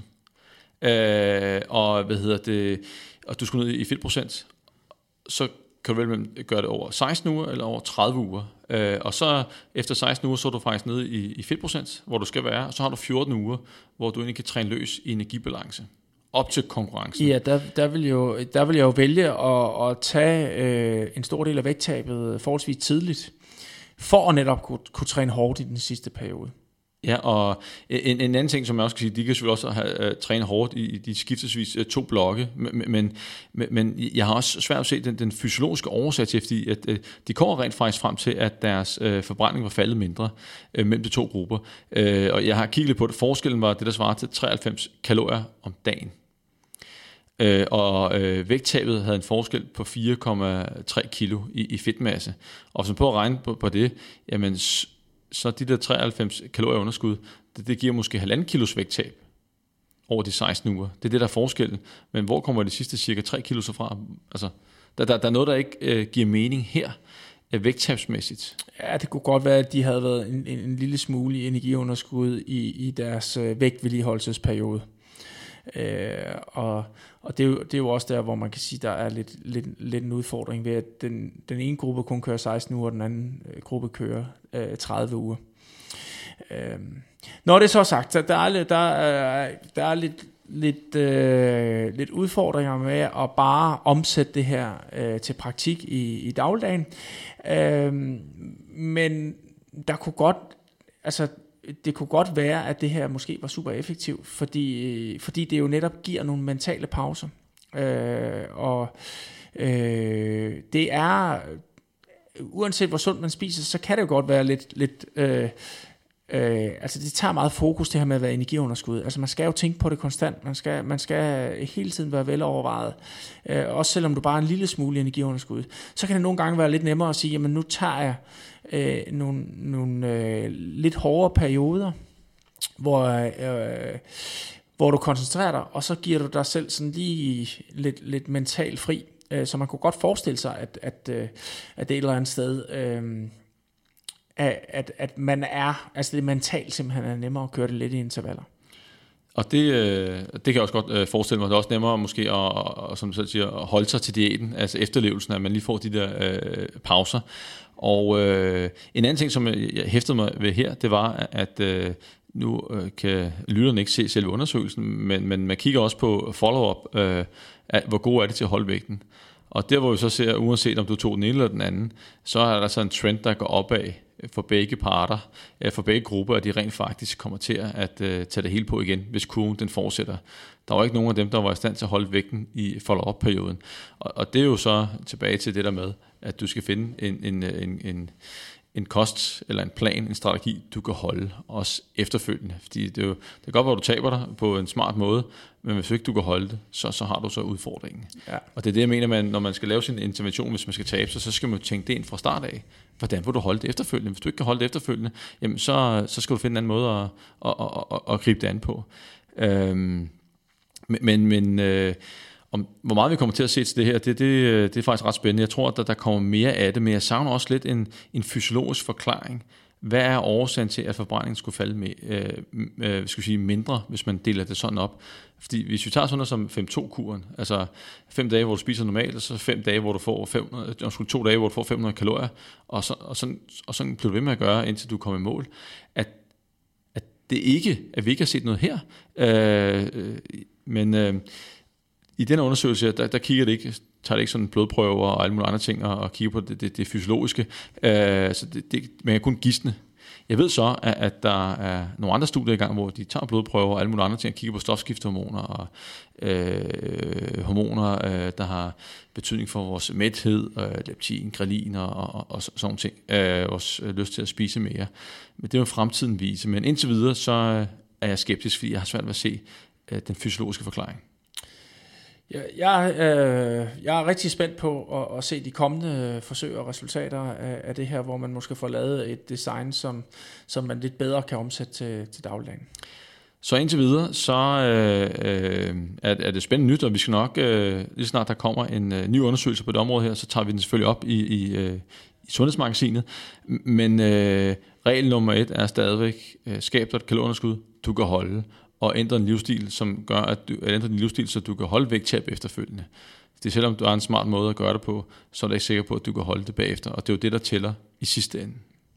øh, og hvad hedder det, og du skulle ned i fedtprocent, så kan du vel gøre det over seksten uger eller over tredive uger. Øh, og så efter seksten uger, så er du faktisk nede i, i fedtprocent, hvor du skal være, og så har du fjorten uger, hvor du egentlig kan træne løs i energibalance op til konkurrencen. Ja, der, der, vil, jo, der vil jeg jo vælge at, at tage øh, en stor del af vægttabet forholdsvis tidligt, for at netop kunne, kunne træne hårdt i den sidste periode. Ja, og en, en anden ting, som jeg også kan sige, de kan selvfølgelig også have uh, trænet hårdt i, i de skiftesvis uh, to blokke, men, men, men jeg har også svært at se den, den fysiologiske årsag til, fordi at, uh, de kommer rent faktisk frem til, at deres uh, forbrænding var faldet mindre uh, mellem de to grupper. Uh, og jeg har kigget på det. Forskellen var det, der svarer til treoghalvfems kalorier om dagen. Uh, og uh, vægttabet havde en forskel på fire komma tre kilo i, i fedtmasse. Og hvis man på at regne på, på det, jamen så de der treoghalvfems kalorier underskud, det, det giver måske halvanden kilos vægttab over de seksten uger. Det er det, der er forskellen. Men hvor kommer de sidste cirka tre kilo så fra? Altså, der, der, der er noget, der ikke øh, giver mening her, øh, vægttabsmæssigt. Ja, det kunne godt være, at de havde været en, en, en lille smule i energiunderskud i, i deres øh, vægtvedligeholdelsesperiode. Øh, og og det, er jo, det er jo også der, hvor man kan sige, der er lidt, lidt, lidt en udfordring ved, at den, den ene gruppe kun kører seksten uger, og den anden gruppe kører øh, tredive uger. Øh, når det er så sagt, så der er, der er, der er lidt, lidt, øh, lidt udfordringer med at bare omsætte det her øh, til praktik i, i dagligdagen. Øh, men der kunne godt, altså det kunne godt være, at det her måske var super effektivt, fordi, fordi det jo netop giver nogle mentale pauser. Øh, og øh, det er, uanset hvor sundt man spiser, så kan det jo godt være lidt, lidt øh, øh, altså det tager meget fokus, det her med at være energiunderskud. Altså man skal jo tænke på det konstant, man skal, man skal hele tiden være velovervejet. Øh, også selvom du bare er en lille smule energiunderskud, så kan det nogle gange være lidt nemmere at sige, jamen nu tager jeg Øh, nogle, nogle øh, lidt hårdere perioder, hvor, øh, hvor du koncentrerer dig, og så giver du dig selv sådan lige lidt, lidt mentalt fri. Øh, så man kunne godt forestille sig, at, at, øh, at det et eller andet sted, øh, at, at man er, altså det mentalt simpelthen er nemmere at køre det lidt i intervaller. Og det, det kan jeg også godt forestille mig. Det er også nemmere måske at, at, som du selv siger, at holde sig til diæten, altså efterlevelsen, at man lige får de der øh, pauser. Og øh, en anden ting, som jeg hæftede mig ved her, det var, at øh, nu øh, kan lytterne ikke se selve undersøgelsen, men, men man kigger også på follow-up, øh, at, hvor god er det til at holde vægten. Og der hvor vi så ser, uanset om du tog den ene eller den anden, så er der så en trend, der går opad for begge parter, for begge grupper, at de rent faktisk kommer til at uh, tage det hele på igen, hvis kurven den fortsætter. Der var ikke nogen af dem, der var i stand til at holde vægten i follow-up-perioden. Og, og det er jo så tilbage til det der med, at du skal finde en, en, en, en, en kost, eller en plan, en strategi, du kan holde også efterfølgende. Fordi det, er jo, det kan godt være, at du taber dig på en smart måde, men hvis ikke du kan holde det, så, så har du så udfordringen. Ja. Og det er det, jeg mener, man, når man skal lave sin intervention, hvis man skal tabe sig, så skal man tænke det ind fra start af. hvordan vil du holde det efterfølgende? Hvis du ikke kan holde det efterfølgende, jamen så, så skal du finde en anden måde at, at, at, at, at gribe det an på. Øhm, men men øh, om, hvor meget vi kommer til at se til det her, det, det, det er faktisk ret spændende. Jeg tror, at der, der kommer mere af det, men jeg savner også lidt en, en fysiologisk forklaring. Hvad er årsagen til, at forbrændingen skulle falde med, øh, øh, skal sige, mindre, hvis man deler det sådan op? Fordi hvis vi tager sådan noget som fem to-kuren, altså fem dage, hvor du spiser normalt, og så fem dage, hvor du får fem hundrede, øh, to dage, hvor du får fem hundrede kalorier, og, så, og, sådan, og sådan bliver du ved med at gøre, indtil du kommer i mål, at, at det ikke, at vi ikke har set noget her. Øh, øh, men øh, i den undersøgelse, der, der kigger det ikke, tager det ikke sådan blodprøver og alle mulige andre ting, og, og kigger på det, det, det fysiologiske. Øh, så det, det, man kan kun gisne. Jeg ved så, at, at der er nogle andre studier i gang, hvor de tager blodprøver og alle mulige andre ting, og kigger på stofskiftehormoner og øh, hormoner, øh, der har betydning for vores mæthed, øh, leptin, grelin og, og, og sådan nogle ting. Øh, vores lyst til at spise mere. Men det er jo fremtiden vise. Men indtil videre, så er jeg skeptisk, fordi jeg har svært ved at se øh, den fysiologiske forklaring. Jeg, øh, jeg er rigtig spændt på at, at se de kommende forsøg og resultater af, af det her, hvor man måske får lavet et design, som, som man lidt bedre kan omsætte til, til dagligdagen. Så indtil videre, så øh, er, er det spændende nyt, og vi skal nok, øh, lige snart der kommer en øh, ny undersøgelse på det område her, så tager vi den selvfølgelig op i, i, øh, i Sundhedsmagasinet. Men øh, regel nummer et er stadigvæk, øh, skab dig et kalorieunderskud, du kan holde, og ændre en livsstil, som gør, at du ændrer din livsstil, så du kan holde vægttab efterfølgende. Det er selvom du har en smart måde at gøre det på, så er du ikke sikker på, at du kan holde det bagefter, og det er jo det, der tæller i sidste ende.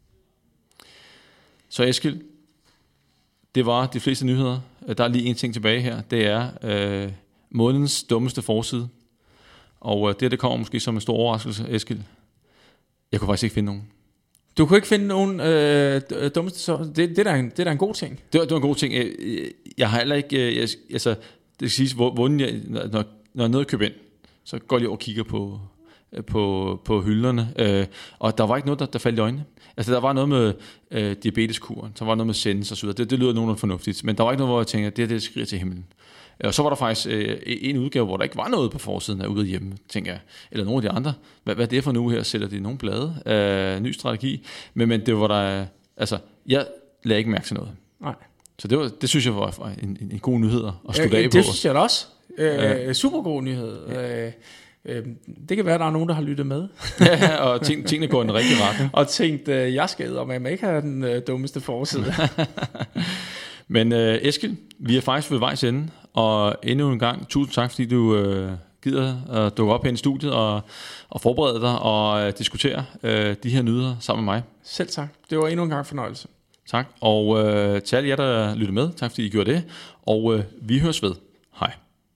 Så Eskild, det var de fleste nyheder. Der er lige en ting tilbage her, det er øh, månedens dummeste forside. Og øh, det, det kommer måske som en stor overraskelse, Eskild. Jeg kunne faktisk ikke finde nogen. Du kunne ikke finde nogen øh, dummeste, så det, det, er da en, det er da en god ting. Det var, det var en god ting. Jeg, jeg har heller ikke, jeg, altså, det skal siges, hvor jeg, når, når jeg er nede og køber ind, så går jeg over og kigger på, på, på hylderne, øh, og der var ikke noget, der, der faldt i øjnene. Altså, der var noget med øh, diabeteskuren, der var noget med sens og så videre. Det, det lyder nogenlunde fornuftigt, men der var ikke noget, hvor jeg tænkte, det er det, der skriger til himlen. Og så var der faktisk øh, en udgave, hvor der ikke var noget på forsiden af Ude Hjemme, tænker jeg. Eller nogle af de andre. Hvad, hvad er det for nu her? Sætter de nogle blade? Øh, ny strategi. Men, men det var der... Altså, jeg lagde ikke mærke til noget. Nej. Så det, var, det synes jeg var en, en, en god nyhed at slutte øh, af på. Det synes jeg da også. Øh, super god nyhed. Ja. Øh, øh, det kan være, at der er nogen, der har lyttet med. Ja, og ting, tingene går i den rigtige retning. Og tænkt, øh, jeg skal om, at man ikke har den øh, dummeste forside. Men øh, Eskild, vi er faktisk ved vejs ende, og endnu en gang, tusind tak, fordi du øh, gider at dukke op her i studiet og, og forberede dig og øh, diskutere øh, de her nyheder sammen med mig. Selv tak. Det var endnu en gang fornøjelse. Tak, og øh, til alle jer, der lytter med, tak fordi I gjorde det, og øh, vi høres ved. Hej.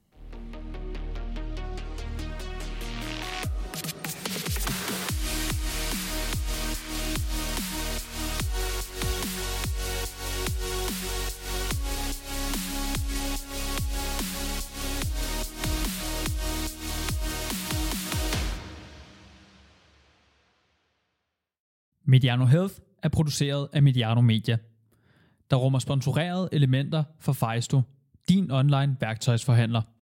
Mediano Health er produceret af Mediano Media, der rummer sponsorerede elementer for Fejsto, din online værktøjsforhandler.